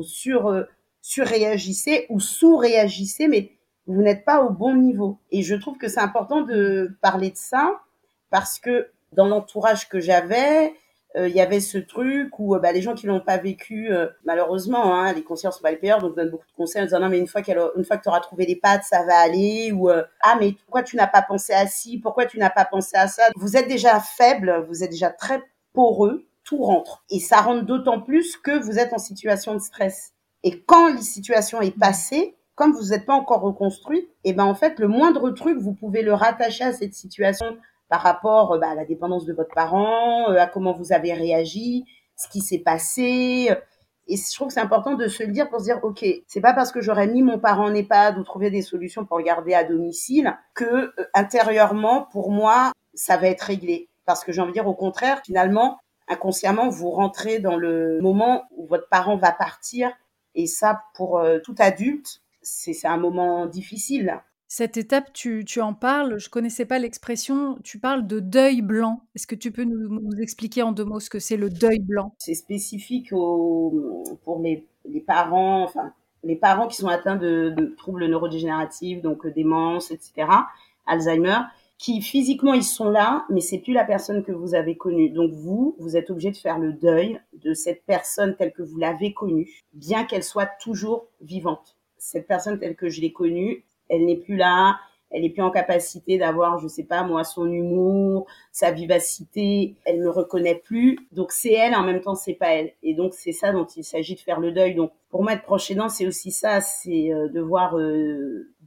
surréagissez ou sous-réagissez, mais vous n'êtes pas au bon niveau. Et je trouve que c'est important de parler de ça, parce que dans l'entourage que j'avais, il y avait ce truc où les gens qui l'ont pas vécu, malheureusement, hein, les conseillers sont pas les payeurs, donc donnent beaucoup de conseils en disant non mais une fois que tu auras trouvé les pattes, ça va aller, ou ah mais pourquoi tu n'as pas pensé à ci, pourquoi tu n'as pas pensé à ça. Vous êtes déjà faible, vous êtes déjà très poreux, tout rentre. Et ça rentre d'autant plus que vous êtes en situation de stress. Et quand la situation est passée, comme vous n'êtes pas encore reconstruit, et en fait, le moindre truc, vous pouvez le rattacher à cette situation par rapport à la dépendance de votre parent, à comment vous avez réagi, ce qui s'est passé. Et je trouve que c'est important de se le dire pour se dire, ok, c'est pas parce que j'aurais mis mon parent en EHPAD ou trouvé des solutions pour le garder à domicile que intérieurement, pour moi, ça va être réglé. Parce que j'ai envie de dire, au contraire, finalement, inconsciemment, vous rentrez dans le moment où votre parent va partir. Et ça, pour tout adulte, c'est un moment difficile. Cette étape, tu en parles, je connaissais pas l'expression, tu parles de deuil blanc. Est-ce que tu peux nous expliquer en 2 mots ce que c'est le deuil blanc? C'est spécifique pour les parents, enfin, les parents qui sont atteints de troubles neurodégénératifs, donc démence, etc., Alzheimer, qui physiquement ils sont là, mais c'est plus la personne que vous avez connue. Donc vous êtes obligé de faire le deuil de cette personne telle que vous l'avez connue, bien qu'elle soit toujours vivante. Cette personne telle que je l'ai connue, elle n'est plus là, elle n'est plus en capacité d'avoir, je sais pas moi, son humour, sa vivacité, elle me reconnaît plus. Donc c'est elle, en même temps c'est pas elle. Et donc c'est ça dont il s'agit de faire le deuil. Donc pour moi être proche aidant, c'est aussi ça, c'est devoir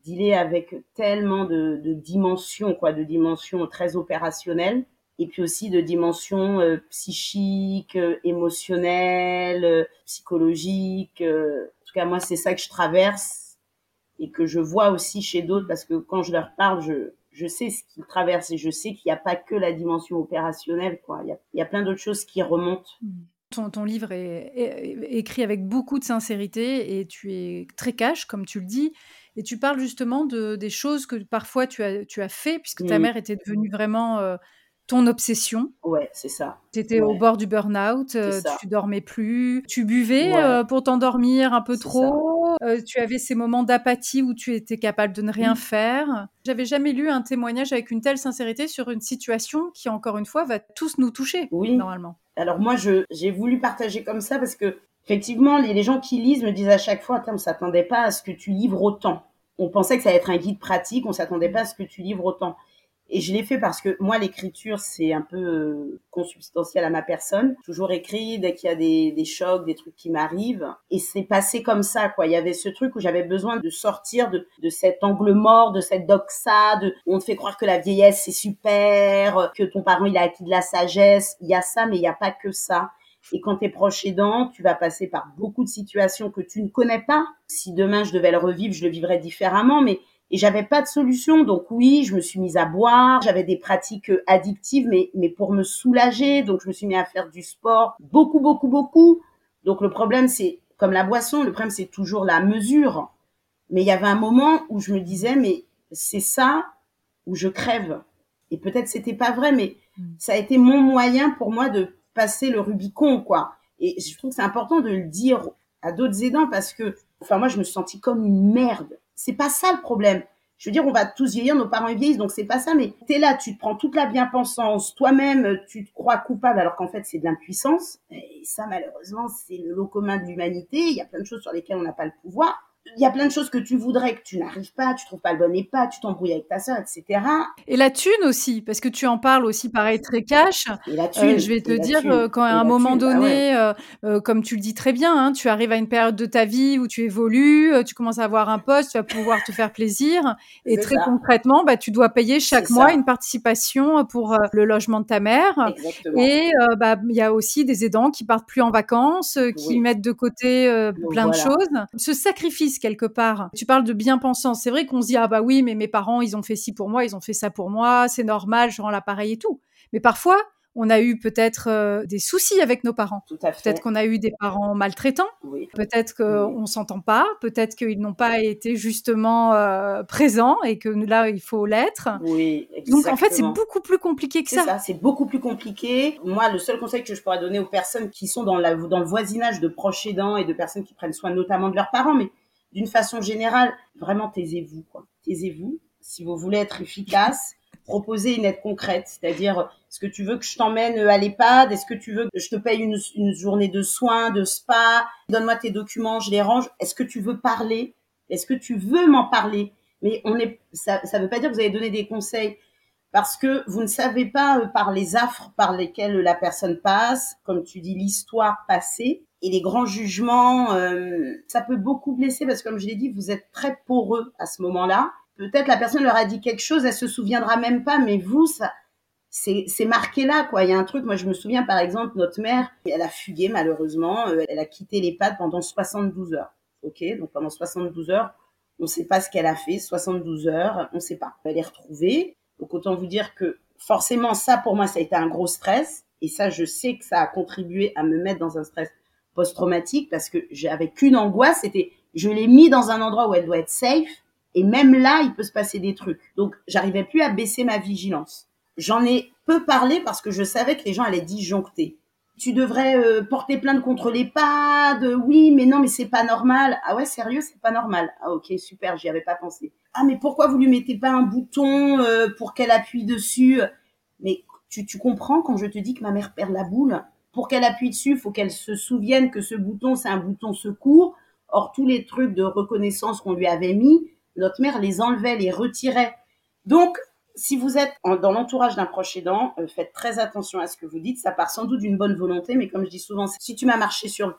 dealer avec tellement de dimensions, quoi, de dimensions très opérationnelles, et puis aussi de dimensions psychiques, émotionnelles, psychologiques. En tout cas, moi, c'est ça que je traverse et que je vois aussi chez d'autres, parce que quand je leur parle, je sais ce qu'ils traversent et je sais qu'il n'y a pas que la dimension opérationnelle, quoi. Il y a plein d'autres choses qui remontent. Ton livre est écrit avec beaucoup de sincérité et tu es très cash, comme tu le dis. Et tu parles justement des choses que parfois tu as fait, puisque ta mère était devenue vraiment ton obsession. Ouais, c'est ça. Tu étais au bord du burn-out, C'est ça. tu dormais plus, tu buvais Ouais, pour t'endormir un peu c'est ça. trop, tu avais ces moments d'apathie où tu étais capable de ne rien faire. J'avais jamais lu un témoignage avec une telle sincérité sur une situation qui, encore une fois, va tous nous toucher, Oui. normalement. Alors moi, j'ai voulu partager comme ça parce que effectivement, les gens qui lisent me disent à chaque fois, on ne s'attendait pas à ce que tu livres autant. On pensait que ça allait être un guide pratique, on s'attendait pas à ce que tu livres autant. Et je l'ai fait parce que moi, l'écriture, c'est un peu consubstantiel à ma personne. Toujours écrit dès qu'il y a des chocs, des trucs qui m'arrivent. Et c'est passé comme ça, quoi. Il y avait ce truc où j'avais besoin de sortir de cet angle mort, de cette doxa, où on te fait croire que la vieillesse, c'est super, que ton parent, il a acquis de la sagesse. Il y a ça, mais il n'y a pas que ça. Et quand tu es proche aidant, tu vas passer par beaucoup de situations que tu ne connais pas. Si demain je devais le revivre, je le vivrais différemment, et j'avais pas de solution. Donc oui, je me suis mise à boire. J'avais des pratiques addictives, mais pour me soulager. Donc je me suis mise à faire du sport. Beaucoup, beaucoup, beaucoup. Donc le problème, c'est, comme la boisson, le problème, c'est toujours la mesure. Mais il y avait un moment où je me disais, mais c'est ça où je crève. Et peut-être c'était pas vrai, mais ça a été mon moyen pour moi de passer le Rubicon, quoi. Et je trouve que c'est important de le dire à d'autres aidants parce que, enfin, moi, je me suis sentie comme une merde. C'est pas ça le problème. Je veux dire, on va tous vieillir, nos parents vieillissent, donc c'est pas ça, mais t'es là, tu te prends toute la bien-pensance, toi-même, tu te crois coupable alors qu'en fait, c'est de l'impuissance. Et ça, malheureusement, c'est le lot commun de l'humanité. Il y a plein de choses sur lesquelles on n'a pas le pouvoir. Il y a plein de choses que tu voudrais que tu n'arrives pas, tu trouves pas le bon EHPAD, tu t'embrouilles avec ta sœur, etc. Et la thune aussi, parce que tu en parles aussi pareil très cash. Et la thune, Je vais te et la dire, thune, quand à et un la moment thune, bah ouais. donné, comme tu le dis très bien, hein, tu arrives à une période de ta vie où tu évolues, tu commences à avoir un poste, tu vas pouvoir te faire plaisir et C'est très ça, concrètement, bah, tu dois payer c'est chaque mois ça, une participation pour, le logement de ta mère exactement. et bah, il y a aussi des aidants qui partent plus en vacances, qui Oui, mettent de côté, donc plein de voilà, choses. Ce sacrifice quelque part, tu parles de bien-pensance. C'est vrai qu'on se dit: «Ah bah oui, mais mes parents, ils ont fait ci pour moi, ils ont fait ça pour moi, c'est normal, je rends l'appareil et tout». Mais parfois, on a eu peut-être des soucis avec nos parents. tout à Peut-être fait, qu'on a eu des parents maltraitants. oui, Peut-être oui, qu'on s'entend pas. Peut-être qu'ils n'ont pas été justement présents et que là, il faut l'être. oui, Donc en fait, c'est exactement. beaucoup plus compliqué que C'est ça. ça, c'est beaucoup plus compliqué. Moi, le seul conseil que je pourrais donner aux personnes qui sont dans le voisinage de proches aidants et de personnes qui prennent soin notamment de leurs parents, mais d'une façon générale, vraiment taisez-vous, quoi. Taisez-vous. Si vous voulez être efficace, proposez une aide concrète. C'est-à-dire, est-ce que tu veux que je t'emmène à l'EHPAD? Est-ce que tu veux que je te paye une journée de soins, de spa? Donne-moi tes documents, je les range. Est-ce que tu veux parler? Est-ce que tu veux m'en parler? Mais ça veut pas dire que vous allez donner des conseils parce que vous ne savez pas par les affres par lesquelles la personne passe, comme tu dis, l'histoire passée et les grands jugements, ça peut beaucoup blesser parce que comme je l'ai dit, vous êtes très poreux à ce moment-là. Peut-être la personne leur a dit quelque chose, elle se souviendra même pas, mais vous, ça, c'est marqué là, quoi. Il y a un truc, moi je me souviens par exemple, notre mère, elle a fugué malheureusement, elle a quitté l'EHPAD pendant 72 heures. Ok, donc pendant 72 heures, on ne sait pas ce qu'elle a fait, 72 heures, on ne sait pas. Elle est retrouvée, donc autant vous dire que forcément ça pour moi ça a été un gros stress, et ça je sais que ça a contribué à me mettre dans un stress post-traumatique parce que j'avais qu'une angoisse, c'était je l'ai mis dans un endroit où elle doit être safe, et même là il peut se passer des trucs. Donc j'arrivais plus à baisser ma vigilance. J'en ai peu parlé parce que je savais que les gens allaient disjoncter. Tu devrais porter plainte contre l'EHPAD. Oui, mais non, mais c'est pas normal. Ah ouais, sérieux, c'est pas normal. Ah ok, super, j'y avais pas pensé. Ah mais pourquoi vous lui mettez pas un bouton pour qu'elle appuie dessus? Mais tu comprends quand je te dis que ma mère perd la boule? Pour qu'elle appuie dessus, il faut qu'elle se souvienne que ce bouton, c'est un bouton secours. Or, tous les trucs de reconnaissance qu'on lui avait mis, notre mère les enlevait, les retirait. Donc, si vous êtes dans l'entourage d'un proche aidant, faites très attention à ce que vous dites. Ça part sans doute d'une bonne volonté, mais comme je dis souvent, si tu m'as marché sur le pied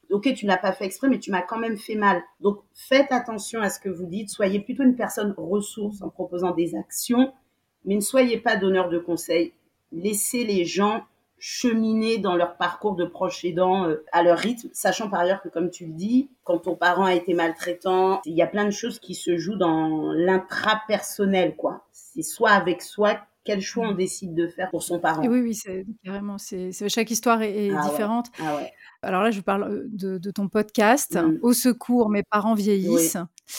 Ok, tu ne l'as pas fait exprès, mais tu m'as quand même fait mal. Donc, faites attention à ce que vous dites. Soyez plutôt une personne ressource en proposant des actions, mais ne soyez pas donneur de conseils. Laissez les gens cheminer dans leur parcours de proche aidant à leur rythme, sachant par ailleurs que, comme tu le dis, quand ton parent a été maltraitant, il y a plein de choses qui se jouent dans l'intrapersonnel, quoi. C'est soit avec soi, quel choix on décide de faire pour son Et parent. oui, oui, c'est carrément, chaque histoire est Ah ouais, différente. ah ouais. Alors là, je parle de ton podcast, Mm. Au secours, mes parents Oui. vieillissent,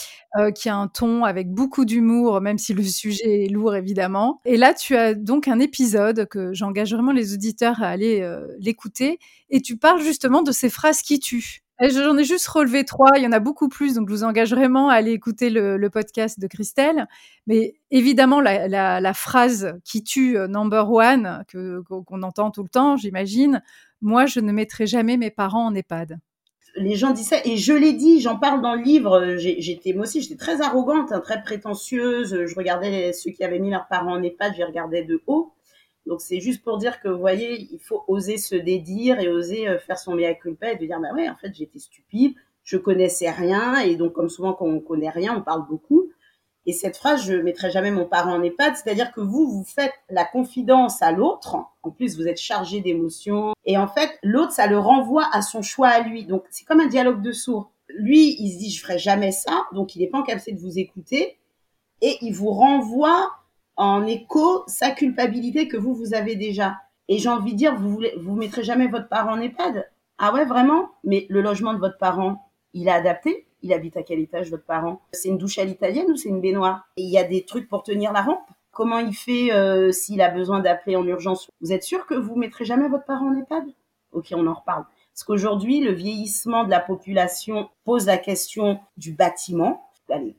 qui a un ton avec beaucoup d'humour, même si le sujet est lourd, évidemment. Et là, tu as donc un épisode que j'engage vraiment les auditeurs à aller l'écouter, et tu parles justement de ces phrases qui tuent. Et j'en ai juste relevé 3, il y en a beaucoup plus, donc je vous engage vraiment à aller écouter le podcast de Christelle. Mais évidemment, la phrase qui tue number one, qu'on entend tout le temps, j'imagine, moi, je ne mettrai jamais mes parents en EHPAD. Les gens disent ça, et je l'ai dit, j'en parle dans le livre. Moi aussi, j'étais très arrogante, hein, très prétentieuse. Je regardais ceux qui avaient mis leurs parents en EHPAD, je les regardais de haut. Donc c'est juste pour dire que, vous voyez, il faut oser se dédire et oser faire son mea culpa et de dire, bah ouais, en fait, j'étais stupide, je connaissais rien, et donc comme souvent quand on connaît rien, on parle beaucoup. Et cette phrase, je ne mettrai jamais mon parent en EHPAD, c'est-à-dire que vous faites la confidence à l'autre. En plus, vous êtes chargé d'émotions. Et en fait, l'autre, ça le renvoie à son choix à lui. Donc, c'est comme un dialogue de sourds. Lui, il se dit, je ferai jamais ça. Donc, il n'est pas en capacité de vous écouter. Et il vous renvoie en écho sa culpabilité que vous avez déjà. Et j'ai envie de dire, vous mettrez jamais votre parent en EHPAD. Ah ouais, vraiment? Mais le logement de votre parent, il est adapté? Il habite à quel étage, votre parent? C'est une douche à l'italienne ou c'est une baignoire? Et il y a des trucs pour tenir la rampe? Comment il fait s'il a besoin d'appeler en urgence? Vous êtes sûr que vous mettrez jamais votre parent en EHPAD? Ok, on en reparle. Parce qu'aujourd'hui, le vieillissement de la population pose la question du bâtiment. Allez,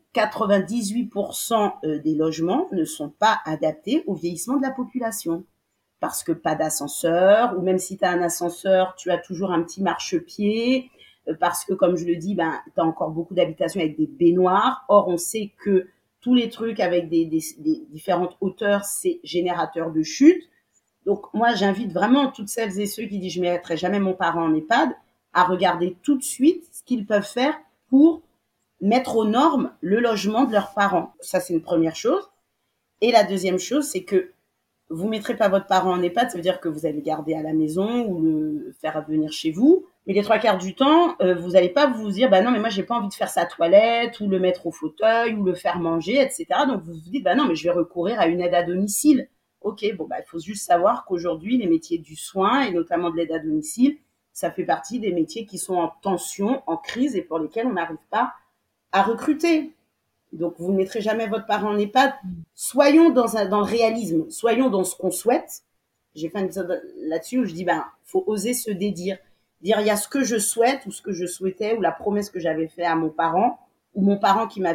98% des logements ne sont pas adaptés au vieillissement de la population. Parce que pas d'ascenseur, ou même si tu as un ascenseur, tu as toujours un petit marchepied, parce que, comme je le dis, tu as encore beaucoup d'habitations avec des baignoires. Or, on sait que tous les trucs avec des différentes hauteurs, c'est générateur de chute. Donc, moi, j'invite vraiment toutes celles et ceux qui disent « je ne mettrai jamais mon parent en EHPAD » à regarder tout de suite ce qu'ils peuvent faire pour mettre aux normes le logement de leurs parents. Ça, c'est une première chose. Et la deuxième chose, c'est que vous ne mettrez pas votre parent en EHPAD, ça veut dire que vous allez le garder à la maison ou le faire venir chez vous. Mais les 3/4 du temps, vous n'allez pas vous dire, bah non, mais moi, j'ai pas envie de faire sa toilette ou le mettre au fauteuil ou le faire manger, etc. Donc, vous vous dites, bah non, mais je vais recourir à une aide à domicile. Ok, bon, bah, il faut juste savoir qu'aujourd'hui, les métiers du soin et notamment de l'aide à domicile, ça fait partie des métiers qui sont en tension, en crise et pour lesquels on n'arrive pas à recruter. Donc, vous ne mettrez jamais votre parent en EHPAD. Soyons dans le réalisme, soyons dans ce qu'on souhaite. J'ai fait un épisode là-dessus où je dis, faut oser se dédire. Dire, il y a ce que je souhaite ou ce que je souhaitais ou la promesse que j'avais fait à mon parent ou mon parent qui m'a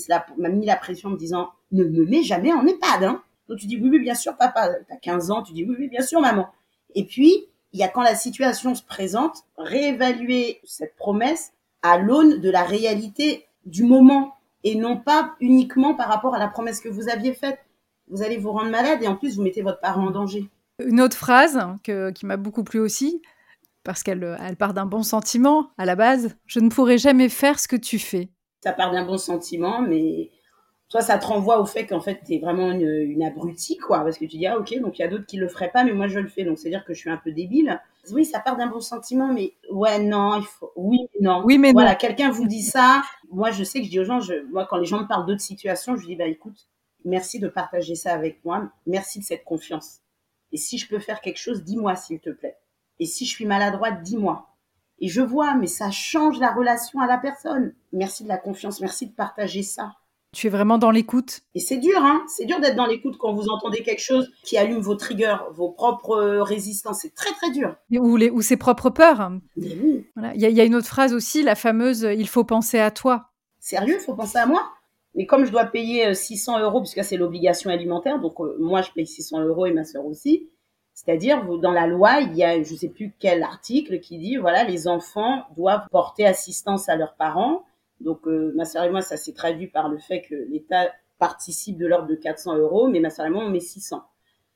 mis la pression en me disant, ne me mets jamais en EHPAD, hein. Donc, tu dis, oui, oui, bien sûr, papa. T'as 15 ans, tu dis, oui, oui, bien sûr, maman. Et puis, il y a quand la situation se présente, réévaluer cette promesse à l'aune de la réalité du moment et non pas uniquement par rapport à la promesse que vous aviez faite. Vous allez vous rendre malade et en plus, vous mettez votre parent en danger. Une autre phrase qui m'a beaucoup plu aussi, parce qu'elle part d'un bon sentiment à la base. Je ne pourrai jamais faire ce que tu fais. Ça part d'un bon sentiment, mais toi, ça te renvoie au fait qu'en fait, tu es vraiment une abrutie, quoi. Parce que tu dis, ah, ok, donc il y a d'autres qui le feraient pas, mais moi, je le fais. Donc, c'est-à-dire que je suis un peu débile. Oui, ça part d'un bon sentiment, mais ouais, non, il faut. Oui, non. Oui, mais voilà, non. quelqu'un vous dit ça. Moi, je sais que je dis aux gens, moi, quand les gens me parlent d'autres situations, je dis, écoute, merci de partager ça avec moi. Merci de cette confiance. Et si je peux faire quelque chose, dis-moi, s'il te plaît. Et si je suis maladroite, dis-moi. Et je vois, mais ça change la relation à la personne. Merci de la confiance, merci de partager ça. Tu es vraiment dans l'écoute. Et c'est dur, hein. C'est dur d'être dans l'écoute quand vous entendez quelque chose qui allume vos triggers, vos propres résistances. C'est très, très dur. Ou ses propres peurs. Mais oui. Voilà. Il y a une autre phrase aussi, la fameuse « il faut penser à toi ». Sérieux, il faut penser à moi. Mais comme je dois payer 600 €, puisque c'est l'obligation alimentaire, donc moi je paye 600 € et ma sœur aussi. C'est-à-dire, dans la loi, il y a je ne sais plus quel article qui dit, voilà, les enfants doivent porter assistance à leurs parents. Donc, ma sœur et moi, ça s'est traduit par le fait que l'État participe de l'ordre de 400 €, mais ma sœur et moi, on met 600.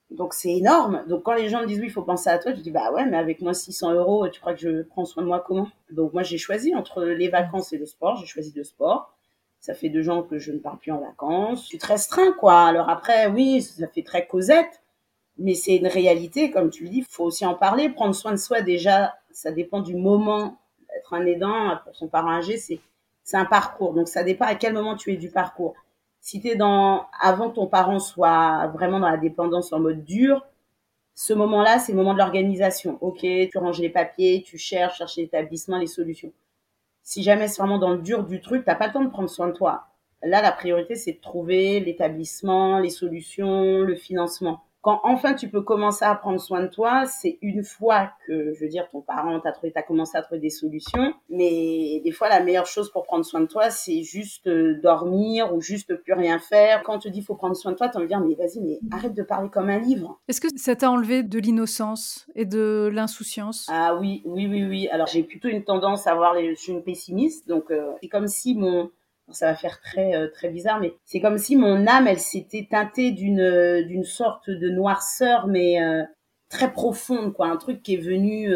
Donc, c'est énorme. Donc, quand les gens me disent, oui, il faut penser à toi, je dis, bah ouais, mais avec moi, 600 euros, tu crois que je prends soin de moi comment? Donc, moi, j'ai choisi entre les vacances et le sport. J'ai choisi le sport. Ça fait 2 ans que je ne pars plus en vacances. Je suis très restreint, quoi. Alors après, oui, ça fait très Cosette, mais c'est une réalité. Comme tu le dis, il faut aussi en parler. Prendre soin de soi, déjà, ça dépend du moment. Être un aidant pour son parent âgé, c'est un parcours. Donc, ça dépend à quel moment tu es du parcours. Si tu es avant que ton parent soit vraiment dans la dépendance en mode dur, ce moment-là, c'est le moment de l'organisation. Ok, tu ranges les papiers, tu cherches l'établissement, les solutions. Si jamais c'est vraiment dans le dur du truc, t'as pas le temps de prendre soin de toi. Là, la priorité, c'est de trouver l'établissement, les solutions, le financement. Quand enfin tu peux commencer à prendre soin de toi, c'est une fois que, je veux dire, ton parent t'as commencé à trouver des solutions. Mais des fois, la meilleure chose pour prendre soin de toi, c'est juste dormir ou juste plus rien faire. Quand on te dit faut prendre soin de toi, t'as envie de dire mais vas-y, mais arrête de parler comme un livre. Est-ce que ça t'a enlevé de l'innocence et de l'insouciance? Ah oui, oui, oui, oui. Alors j'ai plutôt une tendance à je suis une pessimiste, donc c'est comme si ça va faire très bizarre, mais c'est comme si mon âme, elle s'était teintée d'une sorte de noirceur, mais très profonde, quoi. Un truc qui est venu,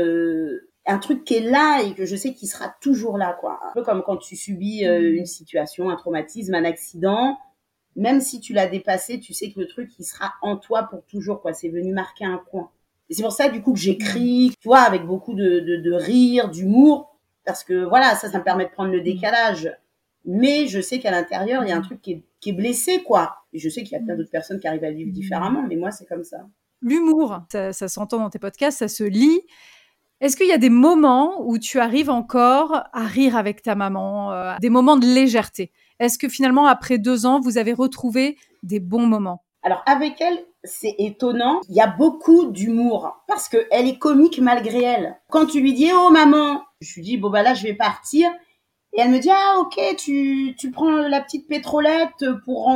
un truc qui est là et que je sais qu'il sera toujours là, quoi. Un peu comme quand tu subis une situation, un traumatisme, un accident. Même si tu l'as dépassé, tu sais que le truc, il sera en toi pour toujours, quoi. C'est venu marquer un point. Et c'est pour ça, du coup, que j'écris, tu vois, avec beaucoup de rire, d'humour, parce que voilà, ça me permet de prendre le décalage. Mais je sais qu'à l'intérieur, il y a un truc qui est blessé, quoi. Et je sais qu'il y a plein d'autres personnes qui arrivent à le vivre différemment, mais moi, c'est comme ça. L'humour, ça s'entend dans tes podcasts, ça se lit. Est-ce qu'il y a des moments où tu arrives encore à rire avec ta maman, des moments de légèreté? Est-ce que finalement, après 2 ans, vous avez retrouvé des bons moments? Alors, avec elle, c'est étonnant. Il y a beaucoup d'humour parce qu'elle est comique malgré elle. Quand tu lui dis, oh maman, je lui dis, bon, bah là, je vais partir. Et elle me dit, ah, ok, tu prends la petite pétrolette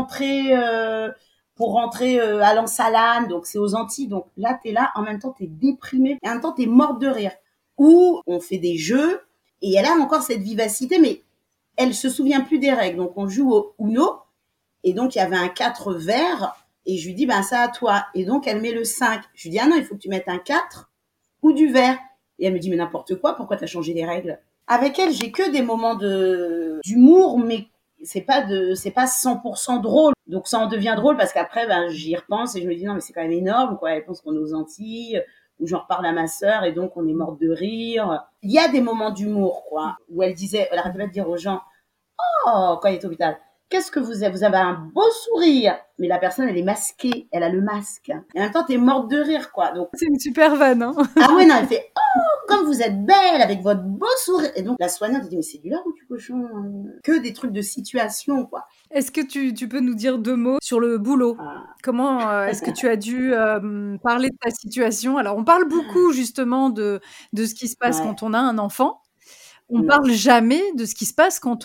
pour rentrer à l'Ansalane. Donc, c'est aux Antilles. Donc, là, t'es là. En même temps, t'es déprimée. Et en même temps, t'es morte de rire. Ou on fait des jeux et elle a encore cette vivacité, mais elle se souvient plus des règles. Donc, on joue au Uno. Et donc, il y avait un 4 vert. Et je lui dis, ben, ça à toi. Et donc, elle met le 5. Je lui dis, ah non, il faut que tu mettes un 4 ou du vert. Et elle me dit, mais n'importe quoi, pourquoi t'as changé les règles? Avec elle, j'ai que des moments d'humour, mais c'est pas 100% drôle. Donc, ça en devient drôle parce qu'après, ben, j'y repense et je me dis, non, mais c'est quand même énorme, quoi. Elle pense qu'on est aux Antilles, où j'en reparle à ma sœur et donc on est morte de rire. Il y a des moments d'humour, quoi, où elle arrêtait pas de dire aux gens, oh, quand elle est au hôpital, qu'est-ce que vous avez? Vous avez un beau sourire. Mais la personne, elle est masquée. Elle a le masque. Et en même temps, t'es morte de rire, quoi. Donc, C'est une super vanne, hein. ah ouais, non, elle fait, oh, comme vous êtes belle avec votre beau sourire. Et donc, la soignante, elle dit, mais c'est du lard ou du cochon? Que des trucs de situation, quoi. Est-ce que tu peux nous dire 2 mots sur le boulot? Ah. Comment, est-ce que tu as dû, parler de ta situation? Alors on parle beaucoup justement de ce qui se passe Ouais. quand on a un enfant. On Non. parle jamais de ce qui se passe quand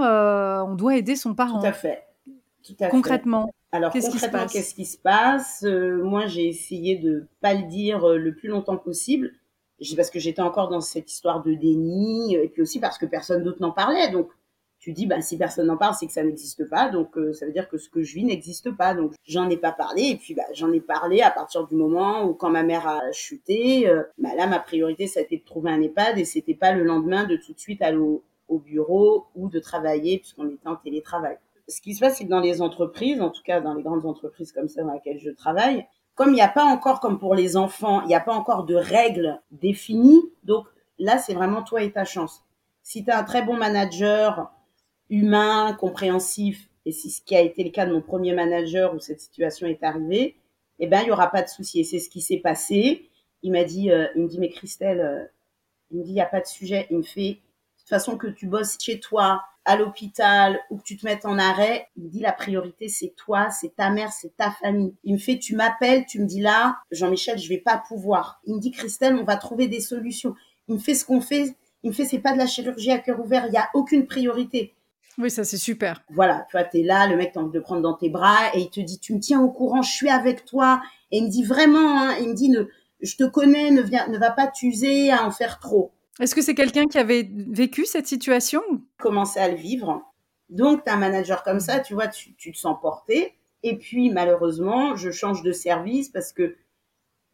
on doit aider son Tout à parent. fait. Tout à fait. Concrètement, Alors, qu'est-ce qui se concrètement, passe? qu'est-ce qui se passe? Moi, j'ai essayé de pas le dire le plus longtemps possible. Parce que j'étais encore dans cette histoire de déni, et puis aussi parce que personne d'autre n'en parlait. Donc, tu dis, bah, si personne n'en parle, c'est que ça n'existe pas. Donc, ça veut dire que ce que je vis n'existe pas. Donc, j'en ai pas parlé. Et puis, bah, j'en ai parlé à partir du moment où, quand ma mère a chuté, bah, là, ma priorité, ça a été de trouver un EHPAD et c'était pas le lendemain de tout de suite aller au bureau ou de travailler puisqu'on était en télétravail. Ce qui se passe, c'est que dans les entreprises, en tout cas dans les grandes entreprises comme ça dans lesquelles je travaille, comme il n'y a pas encore, comme pour les enfants, il n'y a pas encore de règles définies, donc là, c'est vraiment toi et ta chance. Si tu as un très bon manager humain, compréhensif, et c'est ce qui a été le cas de mon premier manager où cette situation est arrivée, eh ben, il n'y aura pas de souci. Et c'est ce qui s'est passé. Il me dit, mais Christelle, il me dit, il n'y a pas de sujet. Il me fait, de toute façon, que tu bosses chez toi, à l'hôpital ou que tu te mettes en arrêt, il me dit, la priorité, c'est toi, c'est ta mère, c'est ta famille. Il me fait, tu m'appelles, tu me dis là, Jean-Michel, je vais pas pouvoir. Il me dit, Christelle, on va trouver des solutions. Il me fait ce qu'on fait. Il me fait, c'est pas de la chirurgie à cœur ouvert. Il n'y a aucune priorité. Oui, ça c'est super. Voilà, tu vois, t'es là, le mec t'as envie de le prendre dans tes bras et il te dit, tu me tiens au courant, je suis avec toi. Et il me dit vraiment, hein, il me dit, je te connais, ne va pas t'user à en faire trop. Est-ce que c'est quelqu'un qui avait vécu cette situation? Commencer à le vivre. Donc, tu as un manager comme ça, tu vois, tu te sens porté. Et puis, malheureusement, je change de service parce que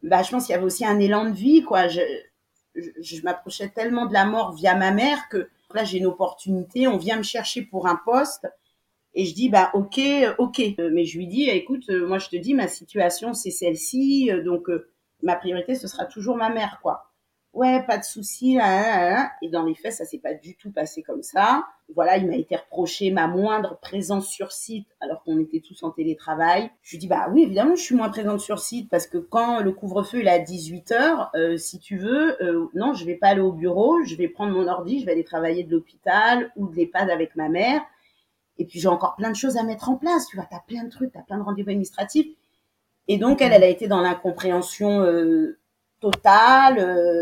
bah, je pense qu'il y avait aussi un élan de vie, quoi. Je m'approchais tellement de la mort via ma mère que là, j'ai une opportunité. On vient me chercher pour un poste. Et je dis, bah, ok. Mais je lui dis, écoute, moi, je te dis, ma situation, c'est celle-ci. Donc, ma priorité, ce sera toujours ma mère, quoi. Ouais, pas de souci. Et dans les faits, ça s'est pas du tout passé comme ça. Voilà, il m'a été reproché ma moindre présence sur site alors qu'on était tous en télétravail. Je lui dis, bah oui, évidemment, je suis moins présente sur site parce que quand le couvre-feu il est à 18h, si tu veux, non, je vais pas aller au bureau, je vais prendre mon ordi, je vais aller travailler de l'hôpital ou de l'EHPAD avec ma mère. Et puis j'ai encore plein de choses à mettre en place. Tu vois, tu as plein de trucs, tu as plein de rendez-vous administratifs. Et donc elle a été dans l'incompréhension totale.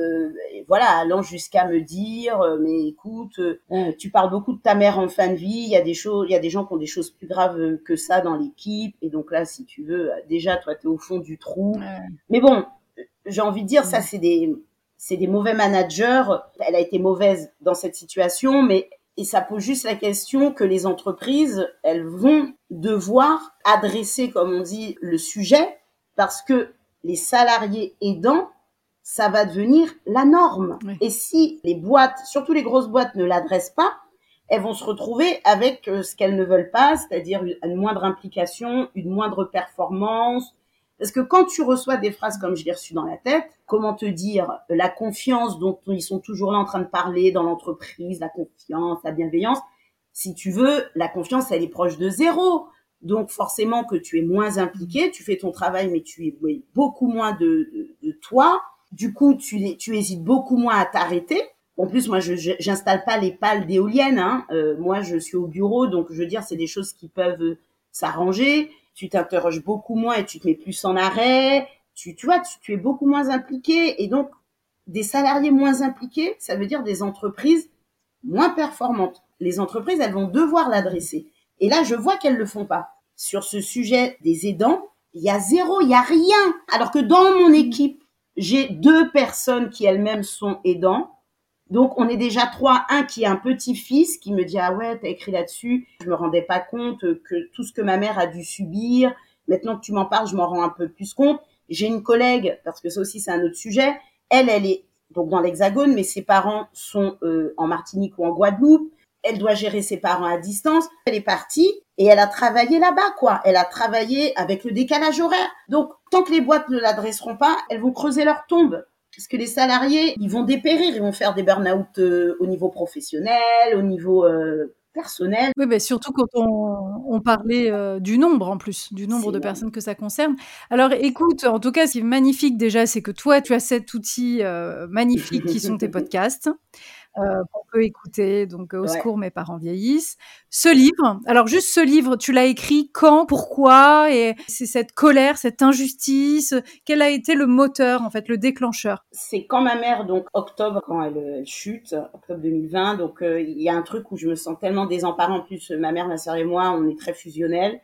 Et voilà, allant jusqu'à me dire, mais écoute, tu parles beaucoup de ta mère en fin de vie. Il y a des choses, il y a des gens qui ont des choses plus graves que ça dans l'équipe. Et donc là, si tu veux, déjà toi, tu es au fond du trou. Ouais. Mais bon, j'ai envie de dire, ça c'est des mauvais managers. Elle a été mauvaise dans cette situation, mais et ça pose juste la question que les entreprises, elles vont devoir adresser, comme on dit, le sujet, parce que les salariés aidants, ça va devenir la norme. Oui. Et si les boîtes, surtout les grosses boîtes, ne l'adressent pas, elles vont se retrouver avec ce qu'elles ne veulent pas, c'est-à-dire une moindre implication, une moindre performance. Parce que quand tu reçois des phrases comme je l'ai reçu dans la tête, comment te dire, la confiance dont ils sont toujours là en train de parler dans l'entreprise, la confiance, la bienveillance, si tu veux, la confiance, elle est proche de zéro. Donc forcément que tu es moins impliqué, tu fais ton travail, mais tu es beaucoup moins de toi. Du coup, tu hésites beaucoup moins à t'arrêter. En plus, moi, je j'installe pas les pales d'éoliennes. Hein. Moi, je suis au bureau, donc je veux dire, c'est des choses qui peuvent s'arranger. Tu t'interroges beaucoup moins et tu te mets plus en arrêt. Tu vois, tu es beaucoup moins impliqué. Et donc, des salariés moins impliqués, ça veut dire des entreprises moins performantes. Les entreprises, elles vont devoir l'adresser. Et là, je vois qu'elles le font pas. Sur ce sujet des aidants, il y a zéro, il y a rien. Alors que dans mon équipe, j'ai 2 personnes qui elles-mêmes sont aidants. Donc, on est déjà 3. Un qui est un petit-fils qui me dit, ah ouais, t'as écrit là-dessus. Je me rendais pas compte que tout ce que ma mère a dû subir. Maintenant que tu m'en parles, je m'en rends un peu plus compte. J'ai une collègue, parce que ça aussi, c'est un autre sujet. Elle est donc dans l'Hexagone, mais ses parents sont en Martinique ou en Guadeloupe. Elle doit gérer ses parents à distance. Elle est partie et elle a travaillé là-bas, quoi. Elle a travaillé avec le décalage horaire. Donc, tant que les boîtes ne l'adresseront pas, elles vont creuser leur tombe. Parce que les salariés, ils vont dépérir, ils vont faire des burn-out au niveau professionnel, au niveau personnel. Oui, bah, surtout quand on parlait, du nombre en plus, du nombre C'est de énorme. personnes que ça concerne. Alors écoute, en tout cas, ce qui est magnifique déjà, c'est que toi, tu as cet outil, magnifique qui sont tes podcasts. Qu'on peut écouter, donc Au Ouais. secours, mes parents vieillissent. Ce livre, alors juste ce livre, tu l'as écrit quand, pourquoi? Et c'est cette colère, cette injustice, quel a été le moteur, en fait, le déclencheur? C'est quand ma mère, donc octobre, quand elle chute, octobre 2020, donc il y a un truc où je me sens tellement désemparée. En plus, ma mère, ma sœur et moi, on est très fusionnels.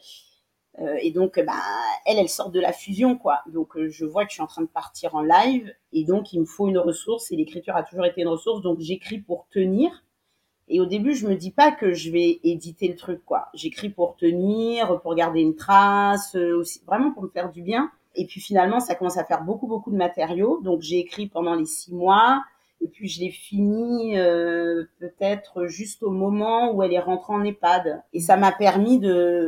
Et donc, bah, elle sort de la fusion, quoi. Donc, je vois que je suis en train de partir en live. Et donc, il me faut une ressource. Et l'écriture a toujours été une ressource. Donc, j'écris pour tenir. Et au début, je me dis pas que je vais éditer le truc, quoi. J'écris pour tenir, pour garder une trace, aussi, vraiment pour me faire du bien. Et puis finalement, ça commence à faire beaucoup de matériaux. Donc, j'ai écrit pendant les 6 mois. Et puis, je l'ai fini peut-être juste au moment où elle est rentrée en EHPAD. Et ça m'a permis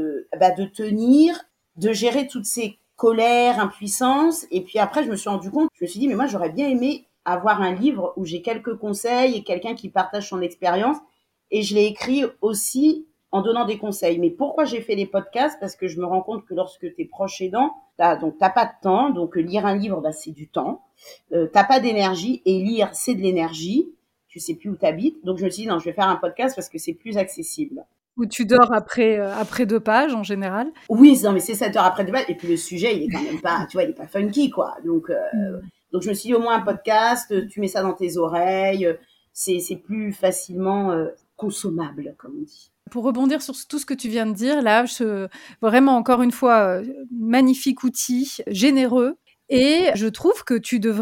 de tenir, de gérer toutes ces colères, impuissances. Et puis après, je me suis rendu compte, je me suis dit, mais moi, j'aurais bien aimé avoir un livre où j'ai quelques conseils et quelqu'un qui partage son expérience. Et je l'ai écrit aussi en donnant des conseils. Mais pourquoi j'ai fait les podcasts? Parce que je me rends compte que lorsque tu es proche aidant, t'as pas de temps. Donc, lire un livre, bah, c'est du temps. T'as pas d'énergie et lire, c'est de l'énergie. Tu sais plus où t'habites. Donc, je me suis dit, non, je vais faire un podcast parce que c'est plus accessible. Où tu dors après 2 pages, en général? Oui, non, mais c'est 7 heures après le débat. Et puis, le sujet, il est quand même pas, tu vois, il est pas funky, quoi. Mmh. Donc, je me suis dit, au moins un podcast, tu mets ça dans tes oreilles. C'est plus facilement consommable, comme on dit. Pour rebondir sur tout ce que tu viens de dire, là, vraiment encore une fois, magnifique outil, généreux, et je trouve que tu devrais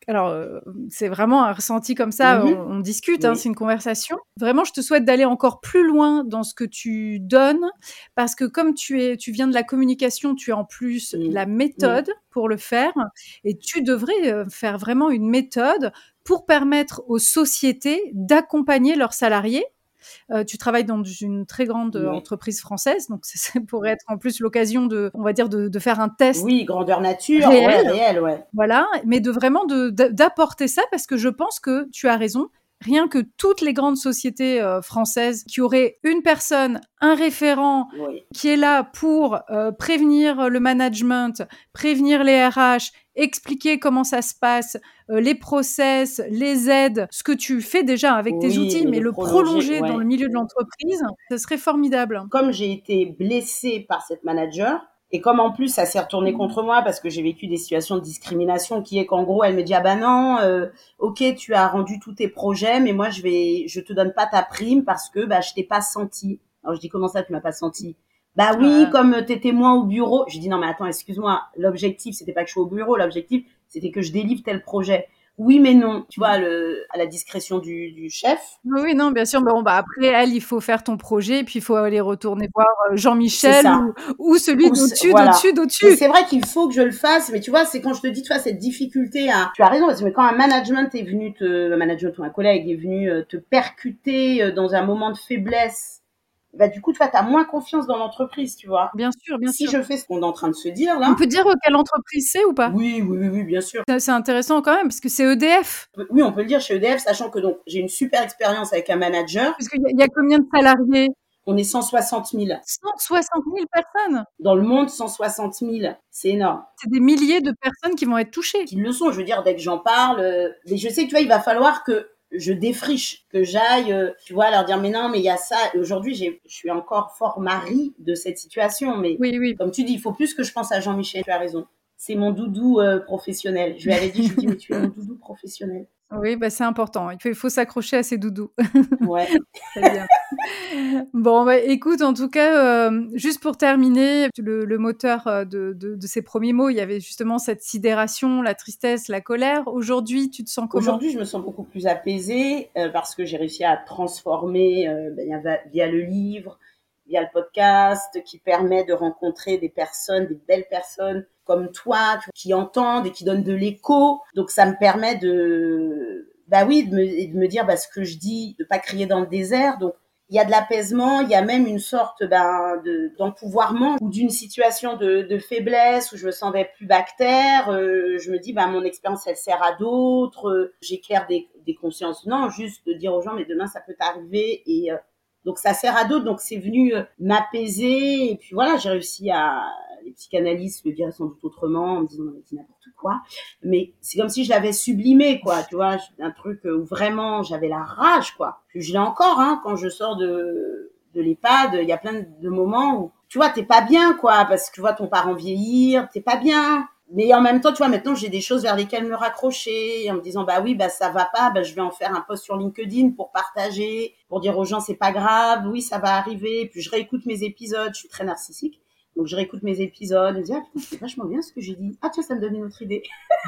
alors c'est vraiment un ressenti comme ça, on discute, Oui. c'est une conversation. Vraiment, je te souhaite d'aller encore plus loin dans ce que tu donnes, parce que comme tu viens de la communication, tu as en plus la méthode pour le faire, et tu devrais faire vraiment une méthode pour permettre aux sociétés d'accompagner leurs salariés. Tu travailles dans une très grande entreprise française, donc ça pourrait être en plus l'occasion on va dire de faire un test. Oui, grandeur nature, réel, ouais. Voilà, mais vraiment d'apporter ça, parce que je pense que tu as raison. Rien que toutes les grandes sociétés françaises qui auraient une personne, un référent qui est là pour prévenir le management, prévenir les RH, expliquer comment ça se passe, les process, les aides, ce que tu fais déjà avec tes outils, mais le prolonger dans le milieu de l'entreprise, ce serait formidable. Comme j'ai été blessée par cette manager, et comme en plus ça s'est retourné contre moi parce que j'ai vécu des situations de discrimination qui est qu'en gros elle me dit ah bah non, ok tu as rendu tous tes projets mais moi je te donne pas ta prime parce que je t'ai pas senti. Alors je dis comment ça tu m'as pas senti? Bah oui, comme t'étais moins au bureau. Je dis non mais attends, excuse-moi, l'objectif c'était pas que je sois au bureau, l'objectif c'était que je délivre tel projet. Oui, mais non, tu vois, à la discrétion du chef. Oui, non, bien sûr. Bon, après, elle, il faut faire ton projet, puis il faut aller retourner voir Jean-Michel ou celui d'au-dessus, d'au-dessus. Et c'est vrai qu'il faut que je le fasse, mais tu vois, c'est quand je te dis, tu vois, cette difficulté à... Tu as raison, parce que quand un management est venu un management ou un collègue est venu te percuter dans un moment de faiblesse, du coup, tu vois, t'as moins confiance dans l'entreprise, tu vois. Bien sûr, bien sûr. Si je fais ce qu'on est en train de se dire, là... On peut dire quelle entreprise c'est ou pas? Oui, bien sûr. C'est intéressant quand même, parce que c'est EDF. Oui, on peut le dire chez EDF, sachant que donc, j'ai une super expérience avec un manager. Parce qu'il y a combien de salariés? On est 160 000. 160 000 personnes? Dans le monde, 160 000. C'est énorme. C'est des milliers de personnes qui vont être touchées. Qui le sont, je veux dire, dès que j'en parle. Mais je sais que, tu vois, il va falloir que je défriche, que j'aille, tu vois, leur dire, mais non, mais il y a ça. Et aujourd'hui, je suis encore fort mari de cette situation. Mais comme tu dis, il faut plus que je pense à Jean-Michel. Tu as raison. C'est mon doudou professionnel. Je lui avais dit, mais tu es mon doudou professionnel. Oui, c'est important. Il faut s'accrocher à ses doudous. Ouais. Très bien. Bon, écoute, en tout cas, juste pour terminer, le moteur de ces premiers mots, il y avait justement cette sidération, la tristesse, la colère. Aujourd'hui, tu te sens comment? Aujourd'hui, je me sens beaucoup plus apaisée parce que j'ai réussi à transformer via le livre, via le podcast, qui permet de rencontrer des personnes, des belles personnes comme toi, qui entendent et qui donnent de l'écho. Donc, ça me permet de me dire ce que je dis, de pas crier dans le désert. Donc, il y a de l'apaisement, il y a même une sorte d'empouvoirment ou d'une situation de faiblesse où je me sentais plus bactère. Je me dis, mon expérience, elle sert à d'autres. J'éclaire des consciences. Non, juste de dire aux gens, mais demain, ça peut t'arriver. Et donc, ça sert à d'autres. Donc, c'est venu m'apaiser. Et puis voilà, j'ai réussi les psychanalystes le diraient sans doute autrement, en me disant, on dit n'importe quoi. Mais c'est comme si je l'avais sublimé, quoi. Tu vois, un truc où vraiment j'avais la rage, quoi. Puis je l'ai encore, quand je sors de l'EHPAD, il y a plein de moments où, tu vois, t'es pas bien, quoi, parce que tu vois ton parent vieillir, t'es pas bien. Mais en même temps, tu vois, maintenant, j'ai des choses vers lesquelles me raccrocher, en me disant, ça va pas, je vais en faire un post sur LinkedIn pour partager, pour dire aux gens, c'est pas grave, oui, ça va arriver. Puis je réécoute mes épisodes, je suis très narcissique. Donc, je réécoute mes épisodes, je me dis, c'est vachement bien ce que j'ai dit. Ah, tiens, ça me donne une autre idée.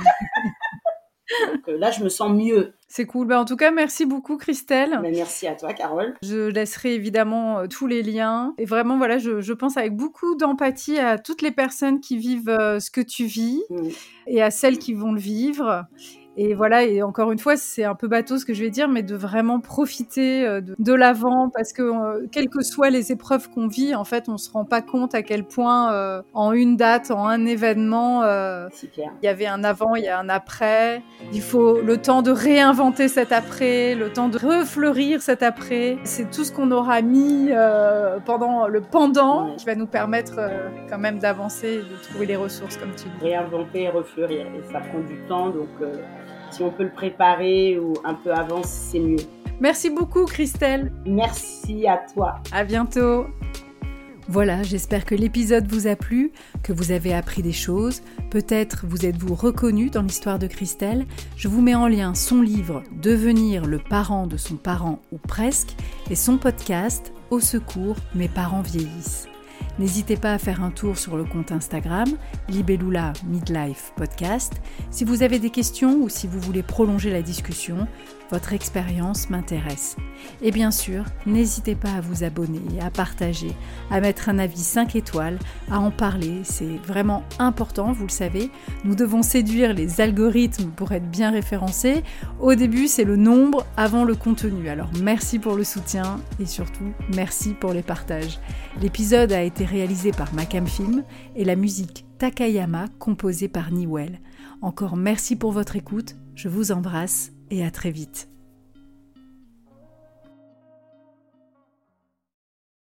Donc là, je me sens mieux. C'est cool. En tout cas, merci beaucoup, Christelle. Merci à toi, Carole. Je laisserai évidemment tous les liens. Et vraiment, voilà, je pense avec beaucoup d'empathie à toutes les personnes qui vivent ce que tu vis et à celles qui vont le vivre. Et voilà, et encore une fois, c'est un peu bateau ce que je vais dire, mais de vraiment profiter de l'avant, parce que quelles que soient les épreuves qu'on vit, en fait, on se rend pas compte à quel point en une date, en un événement, il y avait un avant, il y a un après. Il faut le temps de réinventer cet après, le temps de refleurir cet après. C'est tout ce qu'on aura mis pendant le pendant qui va nous permettre quand même d'avancer et de trouver les ressources, comme tu dis. Réinventer, refleurir, et ça prend du temps, donc... si on peut le préparer ou un peu avant, c'est mieux. Merci beaucoup, Christelle. Merci à toi. À bientôt. Voilà, j'espère que l'épisode vous a plu, que vous avez appris des choses. Peut-être vous êtes-vous reconnu dans l'histoire de Christelle. Je vous mets en lien son livre « Devenir le parent de son parent ou presque » et son podcast « Au secours, mes parents vieillissent ». N'hésitez pas à faire un tour sur le compte Instagram, Libellula Midlife Podcast. Si vous avez des questions ou si vous voulez prolonger la discussion, votre expérience m'intéresse. Et bien sûr, n'hésitez pas à vous abonner, à partager, à mettre un avis 5 étoiles, à en parler. C'est vraiment important, vous le savez. Nous devons séduire les algorithmes pour être bien référencés. Au début, c'est le nombre avant le contenu. Alors merci pour le soutien et surtout, merci pour les partages. L'épisode a été réalisé par Macam Film et la musique Takayama composée par Niwell. Encore merci pour votre écoute, je vous embrasse et à très vite.